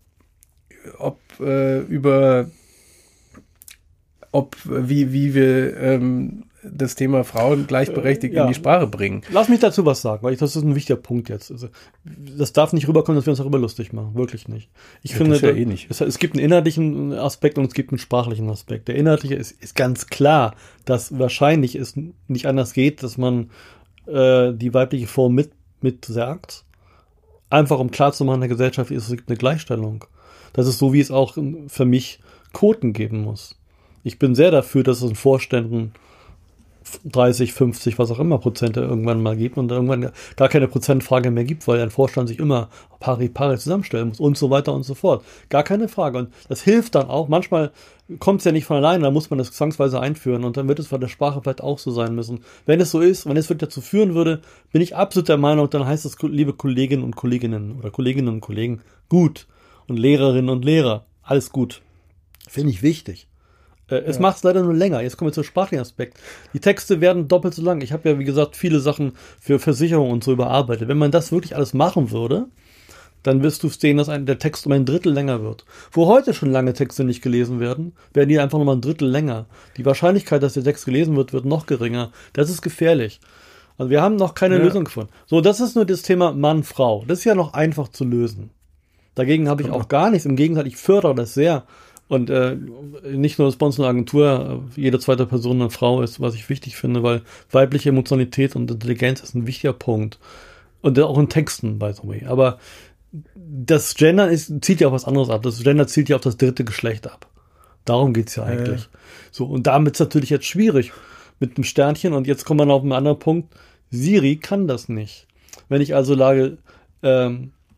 wie wir das Thema Frauen gleichberechtigt in die Sprache bringen. Lass mich dazu was sagen, weil das ist ein wichtiger Punkt jetzt. Also, das darf nicht rüberkommen, dass wir uns darüber lustig machen. Wirklich nicht. Ich finde, das ist ja eh nicht. Es gibt einen inhaltlichen Aspekt und es gibt einen sprachlichen Aspekt. Der inhaltliche ist ganz klar, dass wahrscheinlich es nicht anders geht, dass man die weibliche Form mit sagt. Einfach um klarzumachen, in der Gesellschaft es gibt eine Gleichstellung. Das ist so, wie es auch für mich Quoten geben muss. Ich bin sehr dafür, dass es in Vorständen 30, 50, was auch immer Prozent irgendwann mal gibt und irgendwann gar keine Prozentfrage mehr gibt, weil ein Vorstand sich immer pari zusammenstellen muss und so weiter und so fort. Gar keine Frage. Und das hilft dann auch. Manchmal kommt es ja nicht von alleine, dann muss man das zwangsweise einführen und dann wird es von der Sprache vielleicht auch so sein müssen. Wenn es so ist, wenn es wirklich dazu führen würde, bin ich absolut der Meinung, dann heißt es, liebe Kolleginnen und Kollegen, gut. Und Lehrerinnen und Lehrer, alles gut. Finde ich wichtig. Es macht es leider nur länger. Jetzt kommen wir zum sprachlichen Aspekt. Die Texte werden doppelt so lang. Ich habe ja, wie gesagt, viele Sachen für Versicherungen und so überarbeitet. Wenn man das wirklich alles machen würde, dann wirst du sehen, dass der Text um ein Drittel länger wird. Wo heute schon lange Texte nicht gelesen werden die einfach nochmal ein Drittel länger. Die Wahrscheinlichkeit, dass der Text gelesen wird noch geringer. Das ist gefährlich. Also wir haben noch keine Lösung gefunden. So, das ist nur das Thema Mann-Frau. Das ist ja noch einfach zu lösen. Dagegen habe ich auch gar nichts. Im Gegenteil, ich fördere das sehr. Und nicht nur, dass bei uns in der Agentur jede zweite Person eine Frau ist, was ich wichtig finde, weil weibliche Emotionalität und Intelligenz ist ein wichtiger Punkt. Und auch in Texten, by the way. Aber das Gendern zielt ja auf was anderes ab. Das Gender zielt ja auf das dritte Geschlecht ab. Darum geht's ja eigentlich. So, und damit ist natürlich jetzt schwierig mit dem Sternchen. Und jetzt kommen wir noch auf einen anderen Punkt. Siri kann das nicht. Wenn ich also sage,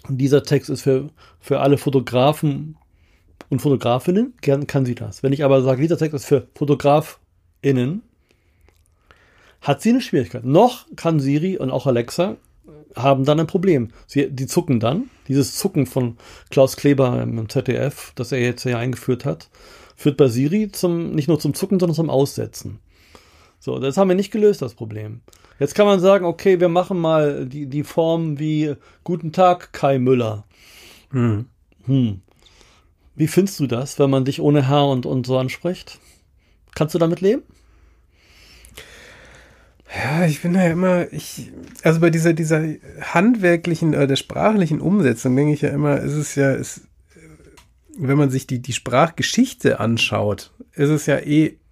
Und dieser Text ist für alle Fotografen und Fotografinnen, kann sie das. Wenn ich aber sage, dieser Text ist für FotografInnen, hat sie eine Schwierigkeit. Noch kann Siri und auch Alexa haben dann ein Problem. Die zucken dann. Dieses Zucken von Klaus Kleber im ZDF, das er jetzt ja eingeführt hat, führt bei Siri nicht nur zum Zucken, sondern zum Aussetzen. So, das haben wir nicht gelöst, das Problem. Jetzt kann man sagen, okay, wir machen mal die Form wie Guten Tag, Kai Müller. Wie findest du das, wenn man dich ohne Herr und so anspricht? Kannst du damit leben? Ja, ich bin ja immer, also bei dieser handwerklichen oder der sprachlichen Umsetzung denke ich ja immer, wenn man sich die Sprachgeschichte anschaut, ist es ja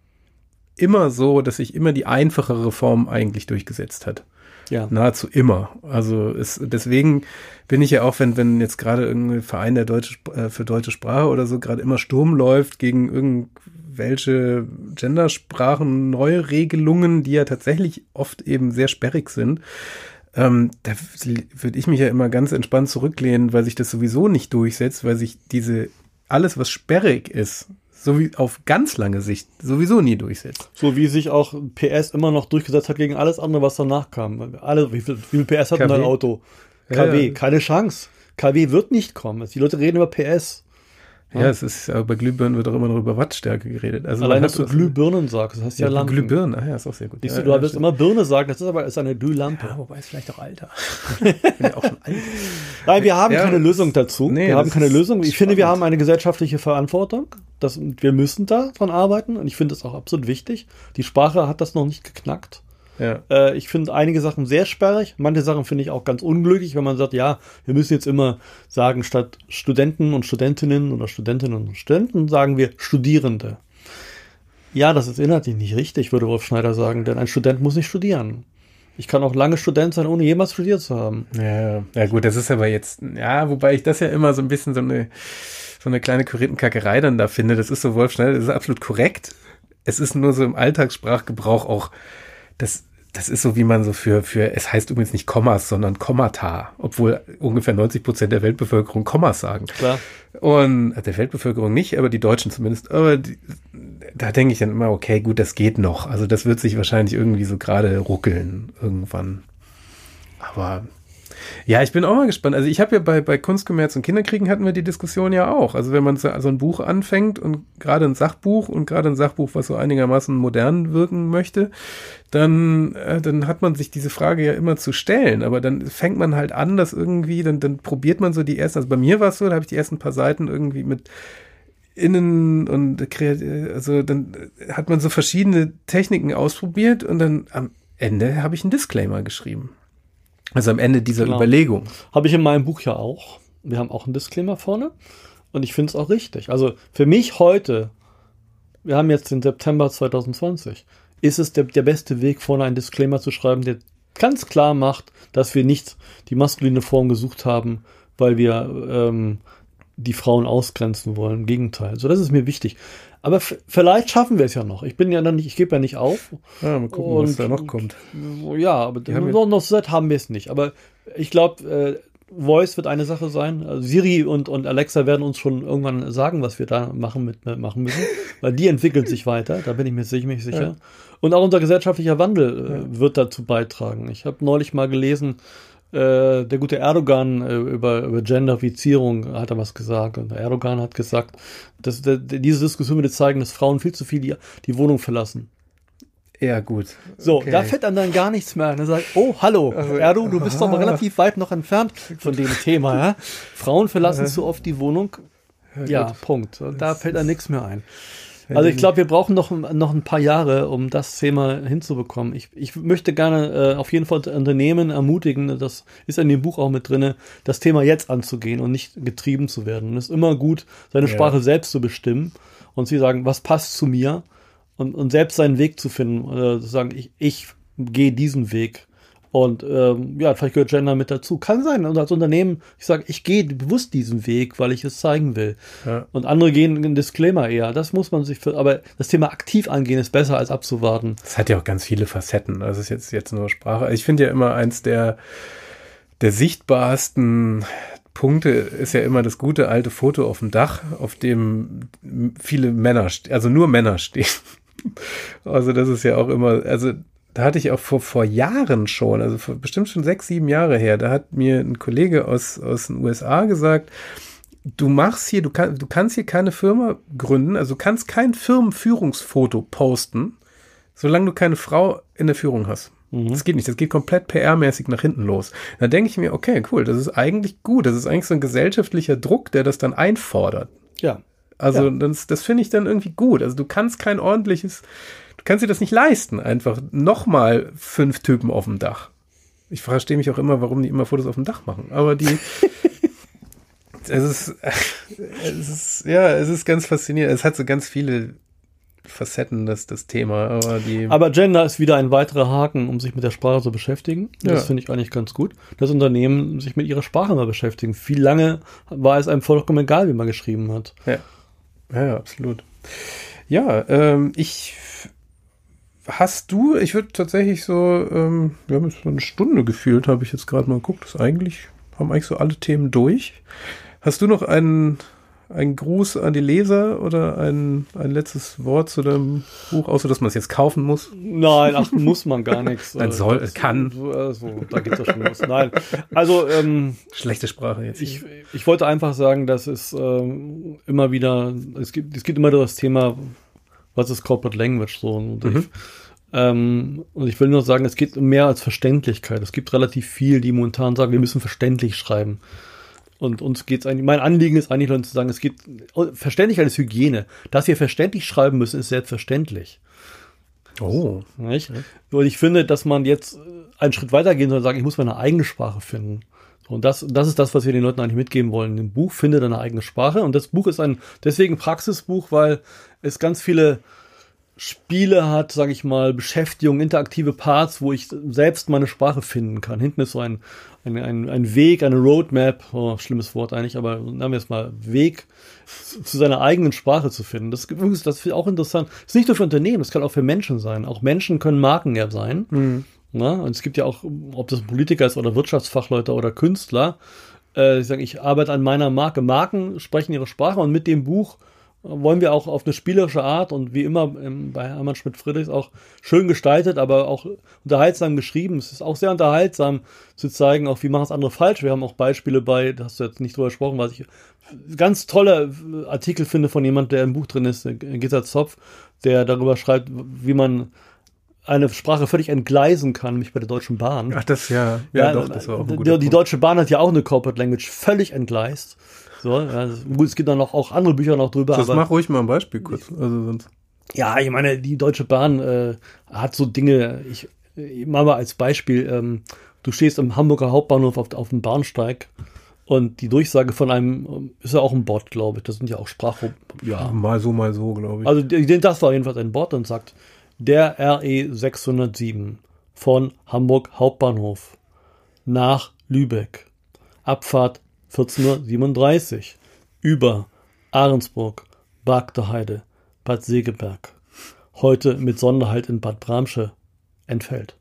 immer so, dass sich immer die einfachere Form eigentlich durchgesetzt hat. Ja. Nahezu immer. Also deswegen bin ich ja auch, wenn jetzt gerade irgendein Verein für deutsche Sprache oder so gerade immer Sturm läuft gegen irgendwelche Gendersprachen, neue Regelungen, die ja tatsächlich oft eben sehr sperrig sind, da würde ich mich ja immer ganz entspannt zurücklehnen, weil sich das sowieso nicht durchsetzt, weil sich alles, was sperrig ist, so wie auf ganz lange Sicht sowieso nie durchsetzt. So wie sich auch PS immer noch durchgesetzt hat gegen alles andere, was danach kam. Wie viel PS hat denn dein Auto? KW, ja. Keine Chance. KW wird nicht kommen. Die Leute reden über PS. Ja, es ist, aber bei Glühbirnen wird auch immer noch über Wattstärke geredet. Also allein, dass du Glühbirnen sagst, das heißt ja Lampen. Glühbirnen, ist auch sehr gut. Du wirst immer Birne sagen, das ist eine Glühlampe. Ja, wobei es vielleicht auch Alter. Ich bin ja auch schon alt. Nein, wir haben keine Lösung dazu. Nee, wir haben keine Lösung. Ich finde, wir haben eine gesellschaftliche Verantwortung. Wir müssen daran arbeiten und ich finde das auch absolut wichtig. Die Sprache hat das noch nicht geknackt. Ja. Ich finde einige Sachen sehr sperrig. Manche Sachen finde ich auch ganz unglücklich, wenn man sagt, ja, wir müssen jetzt immer sagen, statt Studenten und Studentinnen oder Studentinnen und Studenten sagen wir Studierende. Ja, das ist inhaltlich nicht richtig, würde Wolf Schneider sagen, denn ein Student muss nicht studieren. Ich kann auch lange Student sein, ohne jemals studiert zu haben. Ja gut, das ist aber jetzt, wobei ich das ja immer so ein bisschen so eine kleine Korinthenkackerei dann da finde. Das ist so Wolf Schneider, das ist absolut korrekt. Es ist nur so im Alltagssprachgebrauch auch, das ist so, wie man so für es heißt übrigens nicht Kommas, sondern Kommata, obwohl ungefähr 90% der Weltbevölkerung Kommas sagen. Klar. Und der Weltbevölkerung nicht, aber die Deutschen zumindest. Aber da denke ich dann immer, okay, gut, das geht noch. Also das wird sich wahrscheinlich irgendwie so gerade ruckeln irgendwann. Aber ja, ich bin auch mal gespannt. Also ich habe ja bei Kunstkommerz und Kinderkriegen hatten wir die Diskussion ja auch. Also wenn man so ein Buch anfängt und gerade ein Sachbuch, was so einigermaßen modern wirken möchte, dann hat man sich diese Frage ja immer zu stellen. Aber dann fängt man halt an, dass irgendwie, dann probiert man so die ersten, also bei mir war es so, da habe ich die ersten paar Seiten irgendwie mit Innen und also dann hat man so verschiedene Techniken ausprobiert und dann am Ende habe ich einen Disclaimer geschrieben. Also am Ende dieser Überlegung. Habe ich in meinem Buch ja auch. Wir haben auch einen Disclaimer vorne. Und ich finde es auch richtig. Also für mich heute, wir haben jetzt den September 2020, ist es der beste Weg, vorne einen Disclaimer zu schreiben, der ganz klar macht, dass wir nicht die maskuline Form gesucht haben, weil wir die Frauen ausgrenzen wollen. Im Gegenteil. So, das ist mir wichtig. Aber vielleicht schaffen wir es ja noch. Ich gebe ja nicht auf. Ja, mal gucken, was da noch kommt. Ja, aber noch so weit haben wir es nicht. Aber ich glaube, Voice wird eine Sache sein. Also Siri und Alexa werden uns schon irgendwann sagen, was wir da machen müssen. Weil die entwickeln sich weiter, da bin ich mir ziemlich sicher. Ja. Und auch unser gesellschaftlicher Wandel wird dazu beitragen. Ich habe neulich mal gelesen, der gute Erdogan über Genderfizierung hat er was gesagt. Und Erdogan hat gesagt, dass diese Diskussion würde zeigen, dass Frauen viel zu viel die Wohnung verlassen. Ja, gut. So, okay. Da fällt dann gar nichts mehr ein. Er sagt, oh, hallo, Erdo, du bist doch mal relativ weit noch entfernt von dem Thema. Ja? Frauen verlassen zu oft die Wohnung. Ja, Punkt. Und da fällt dann nichts mehr ein. Also ich glaube, wir brauchen noch ein paar Jahre, um das Thema hinzubekommen. Ich möchte gerne auf jeden Fall Unternehmen ermutigen, das ist in dem Buch auch mit drin, das Thema jetzt anzugehen und nicht getrieben zu werden. Und es ist immer gut, seine Sprache selbst zu bestimmen und zu sagen, was passt zu mir und selbst seinen Weg zu finden. Oder zu sagen, ich gehe diesen Weg. Und vielleicht gehört Gender mit dazu. Kann sein. Und als Unternehmen, ich sage, ich gehe bewusst diesen Weg, weil ich es zeigen will. Ja. Und andere gehen in den Disclaimer eher. Das muss man sich aber das Thema aktiv angehen ist besser als abzuwarten. Das hat ja auch ganz viele Facetten. Das ist jetzt nur Sprache. Ich finde ja immer eins der sichtbarsten Punkte ist ja immer das gute alte Foto auf dem Dach, auf dem viele Männer, also nur Männer stehen. Also das ist ja auch immer, also da hatte ich auch vor Jahren schon, also bestimmt schon 6, 7 Jahre her, da hat mir ein Kollege aus den USA gesagt, du kannst hier keine Firma gründen, also du kannst kein Firmenführungsfoto posten, solange du keine Frau in der Führung hast. Das geht nicht, das geht komplett PR-mäßig nach hinten los. Da denke ich mir, okay, cool, das ist eigentlich gut, das ist eigentlich so ein gesellschaftlicher Druck, der das dann einfordert. Ja. Also das finde ich dann irgendwie gut. Also du kannst du kannst dir das nicht leisten, einfach nochmal 5 Typen auf dem Dach. Ich verstehe mich auch immer, warum die immer Fotos auf dem Dach machen, aber es ist ganz faszinierend. Es hat so ganz viele Facetten, das Thema. Aber Gender ist wieder ein weiterer Haken, um sich mit der Sprache zu beschäftigen. Das finde ich eigentlich ganz gut, dass Unternehmen sich mit ihrer Sprache mal beschäftigen. Wie lange war es einem vollkommen egal, wie man geschrieben hat. Ja, absolut. Ja, ich würde tatsächlich so, wir haben jetzt so eine Stunde gefühlt, habe ich jetzt gerade mal geguckt, haben eigentlich so alle Themen durch. Hast du noch einen Gruß an die Leser oder ein letztes Wort zu deinem Buch, außer dass man es jetzt kaufen muss? Nein, muss man gar nichts. Kann. Also, da gibt es ja schon was. Nein, also schlechte Sprache jetzt. Ich wollte einfach sagen, dass es immer wieder, es gibt immer das Thema, was ist Corporate Language so. Und ich will nur sagen, es geht um mehr als Verständlichkeit. Es gibt relativ viel, die momentan sagen, wir müssen verständlich schreiben. Und uns geht's eigentlich, mein Anliegen ist eigentlich, Leuten zu sagen, es geht, Verständlichkeit ist Hygiene. Dass wir verständlich schreiben müssen, ist selbstverständlich. Oh. Nicht? Und ich finde, dass man jetzt einen Schritt weitergehen soll und sagen, ich muss meine eigene Sprache finden. Und das ist das, was wir den Leuten eigentlich mitgeben wollen. Im Buch finde deine eigene Sprache. Und das Buch ist deswegen Praxisbuch, weil es ganz viele Spiele hat, sage ich mal, Beschäftigung, interaktive Parts, wo ich selbst meine Sprache finden kann. Hinten ist so ein Weg, eine Roadmap, schlimmes Wort eigentlich, aber nehmen wir jetzt mal Weg zu seiner eigenen Sprache zu finden. Das ist auch interessant. Das ist nicht nur für Unternehmen, das kann auch für Menschen sein. Auch Menschen können Marken ja sein. Na? Und es gibt ja auch, ob das ein Politiker ist oder Wirtschaftsfachleute oder Künstler, die sagen, ich arbeite an meiner Marke. Marken sprechen ihre Sprache und mit dem Buch wollen wir auch auf eine spielerische Art und wie immer bei Hermann Schmidt-Friedrichs auch schön gestaltet, aber auch unterhaltsam geschrieben. Es ist auch sehr unterhaltsam zu zeigen, auch wie machen es andere falsch. Wir haben auch Beispiele da hast du jetzt nicht drüber gesprochen, was ich ganz tolle Artikel finde von jemand, der im Buch drin ist, Gitta Zopf, der darüber schreibt, wie man eine Sprache völlig entgleisen kann, nämlich bei der Deutschen Bahn. Ach, das ja doch, das war auch ein guter Die Deutsche Bahn hat ja auch eine Corporate Language völlig entgleist. So, ja, es gibt dann auch andere Bücher noch drüber. Das mach ruhig mal ein Beispiel kurz. Also sonst. Ja, ich meine, die Deutsche Bahn hat so Dinge, ich mache mal als Beispiel, du stehst am Hamburger Hauptbahnhof auf dem Bahnsteig und die Durchsage von einem, ist ja auch ein Bot, glaube ich, das sind ja auch ja. Mal so, glaube ich. Also das war jedenfalls ein Bot und sagt, der RE 607 von Hamburg Hauptbahnhof nach Lübeck, Abfahrt 14:37 Uhr, über Ahrensburg, Bargteheide, Bad Segeberg. Heute mit Sonderhalt in Bad Bramsche entfällt.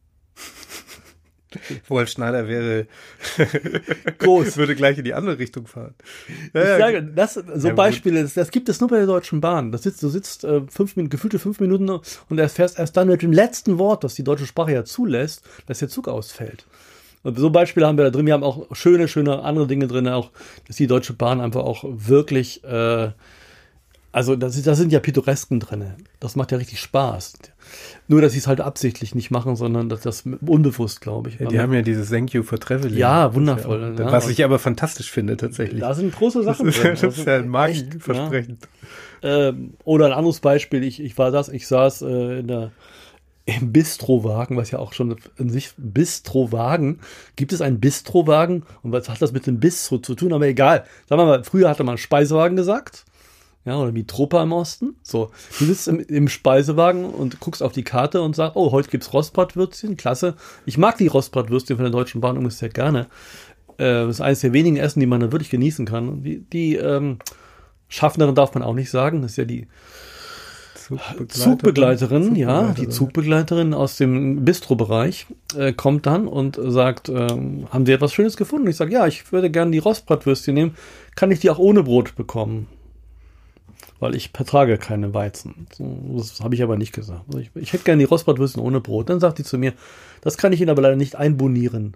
Wolf Schneider wäre groß, würde gleich in die andere Richtung fahren. Ich sage, Beispiele, das gibt es nur bei der Deutschen Bahn. Du sitzt gefühlte 5 Minuten und erfährst erst dann mit dem letzten Wort, das die deutsche Sprache ja zulässt, dass der Zug ausfällt. Und so Beispiele haben wir da drin. Wir haben auch schöne andere Dinge drin, auch, dass die Deutsche Bahn einfach auch wirklich, also da sind ja Pittoresken drin. Das macht ja richtig Spaß. Nur, dass sie es halt absichtlich nicht machen, sondern das unbewusst, glaube ich. Ja, die haben ja dieses Thank you for traveling. Ja, wundervoll. Ja, was ich aber fantastisch finde, tatsächlich. Da sind große Sachen drin. Das ist ja ein Markenversprechen. Ja. Oder ein anderes Beispiel. Ich saß im Bistrowagen, was ja auch schon in sich Bistrowagen. Gibt es einen Bistrowagen? Und was hat das mit dem Bistro zu tun? Aber egal. Sagen wir mal, früher hatte man Speisewagen gesagt. Ja, oder Mitropa im Osten. So, du sitzt im Speisewagen und guckst auf die Karte und sagst, oh, heute gibt's Rostbratwürstchen, klasse. Ich mag die Rostbratwürstchen von der Deutschen Bahn übrigens sehr gerne. Das ist eines der wenigen Essen, die man da wirklich genießen kann. Die Schaffnerin darf man auch nicht sagen. Das ist ja Zugbegleiterin, ja, die Zugbegleiterin aus dem Bistro-Bereich kommt dann und sagt, haben Sie etwas Schönes gefunden? Ich sage, ja, ich würde gerne die Rostbratwürstchen nehmen. Kann ich die auch ohne Brot bekommen? Weil ich vertrage keine Weizen. Das habe ich aber nicht gesagt. Also ich hätte gerne die Rostbratwürstchen ohne Brot. Dann sagt die zu mir, das kann ich Ihnen aber leider nicht einbonieren.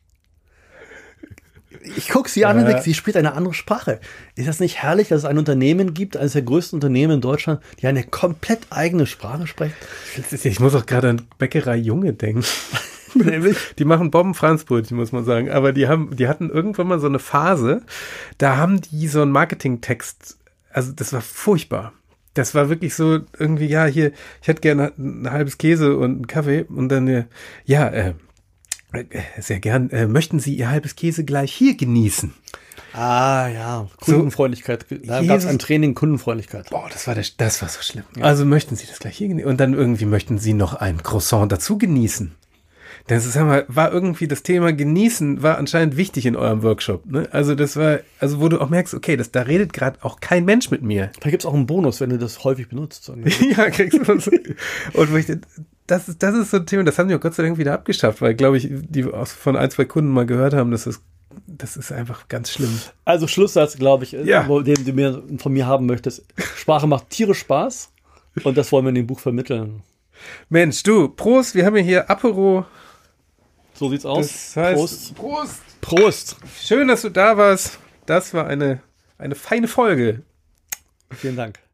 Ich gucke sie an und denke, sie spricht eine andere Sprache. Ist das nicht herrlich, dass es ein Unternehmen gibt, eines der größten Unternehmen in Deutschland, die eine komplett eigene Sprache spricht? Ich muss auch gerade an Bäckerei Junge denken. Nämlich? Die machen Bomben-Franzbrötchen, muss man sagen. Aber die hatten irgendwann mal so eine Phase, da haben die so einen Marketingtext, also das war furchtbar. Das war wirklich so irgendwie, ja, hier, ich hätte gerne ein halbes Käse und einen Kaffee und dann, sehr gern. Möchten Sie Ihr halbes Käse gleich hier genießen? Ah, ja. Kundenfreundlichkeit. Da gab es ein Training Kundenfreundlichkeit. Boah, das war so schlimm. Ja. Also möchten Sie das gleich hier genießen? Und dann irgendwie möchten Sie noch ein Croissant dazu genießen? Das ist, war irgendwie das Thema Genießen war anscheinend wichtig in eurem Workshop. Ne? Also das war, also wo du auch merkst, okay, da redet gerade auch kein Mensch mit mir. Da gibt es auch einen Bonus, wenn du das häufig benutzt. Ja, kriegst du das. Und wo ich das ist so ein Thema, das haben die auch Gott sei Dank wieder abgeschafft, weil, glaube ich, die von 1, 2 Kunden mal gehört haben, das ist einfach ganz schlimm. Also Schlusssatz, glaube ich, den du von mir haben möchtest. Sprache macht tierisch Spaß und das wollen wir in dem Buch vermitteln. Mensch, du, Prost, wir haben hier Apero. So sieht's aus. Das heißt, Prost. Prost. Schön, dass du da warst. Das war eine feine Folge. Vielen Dank.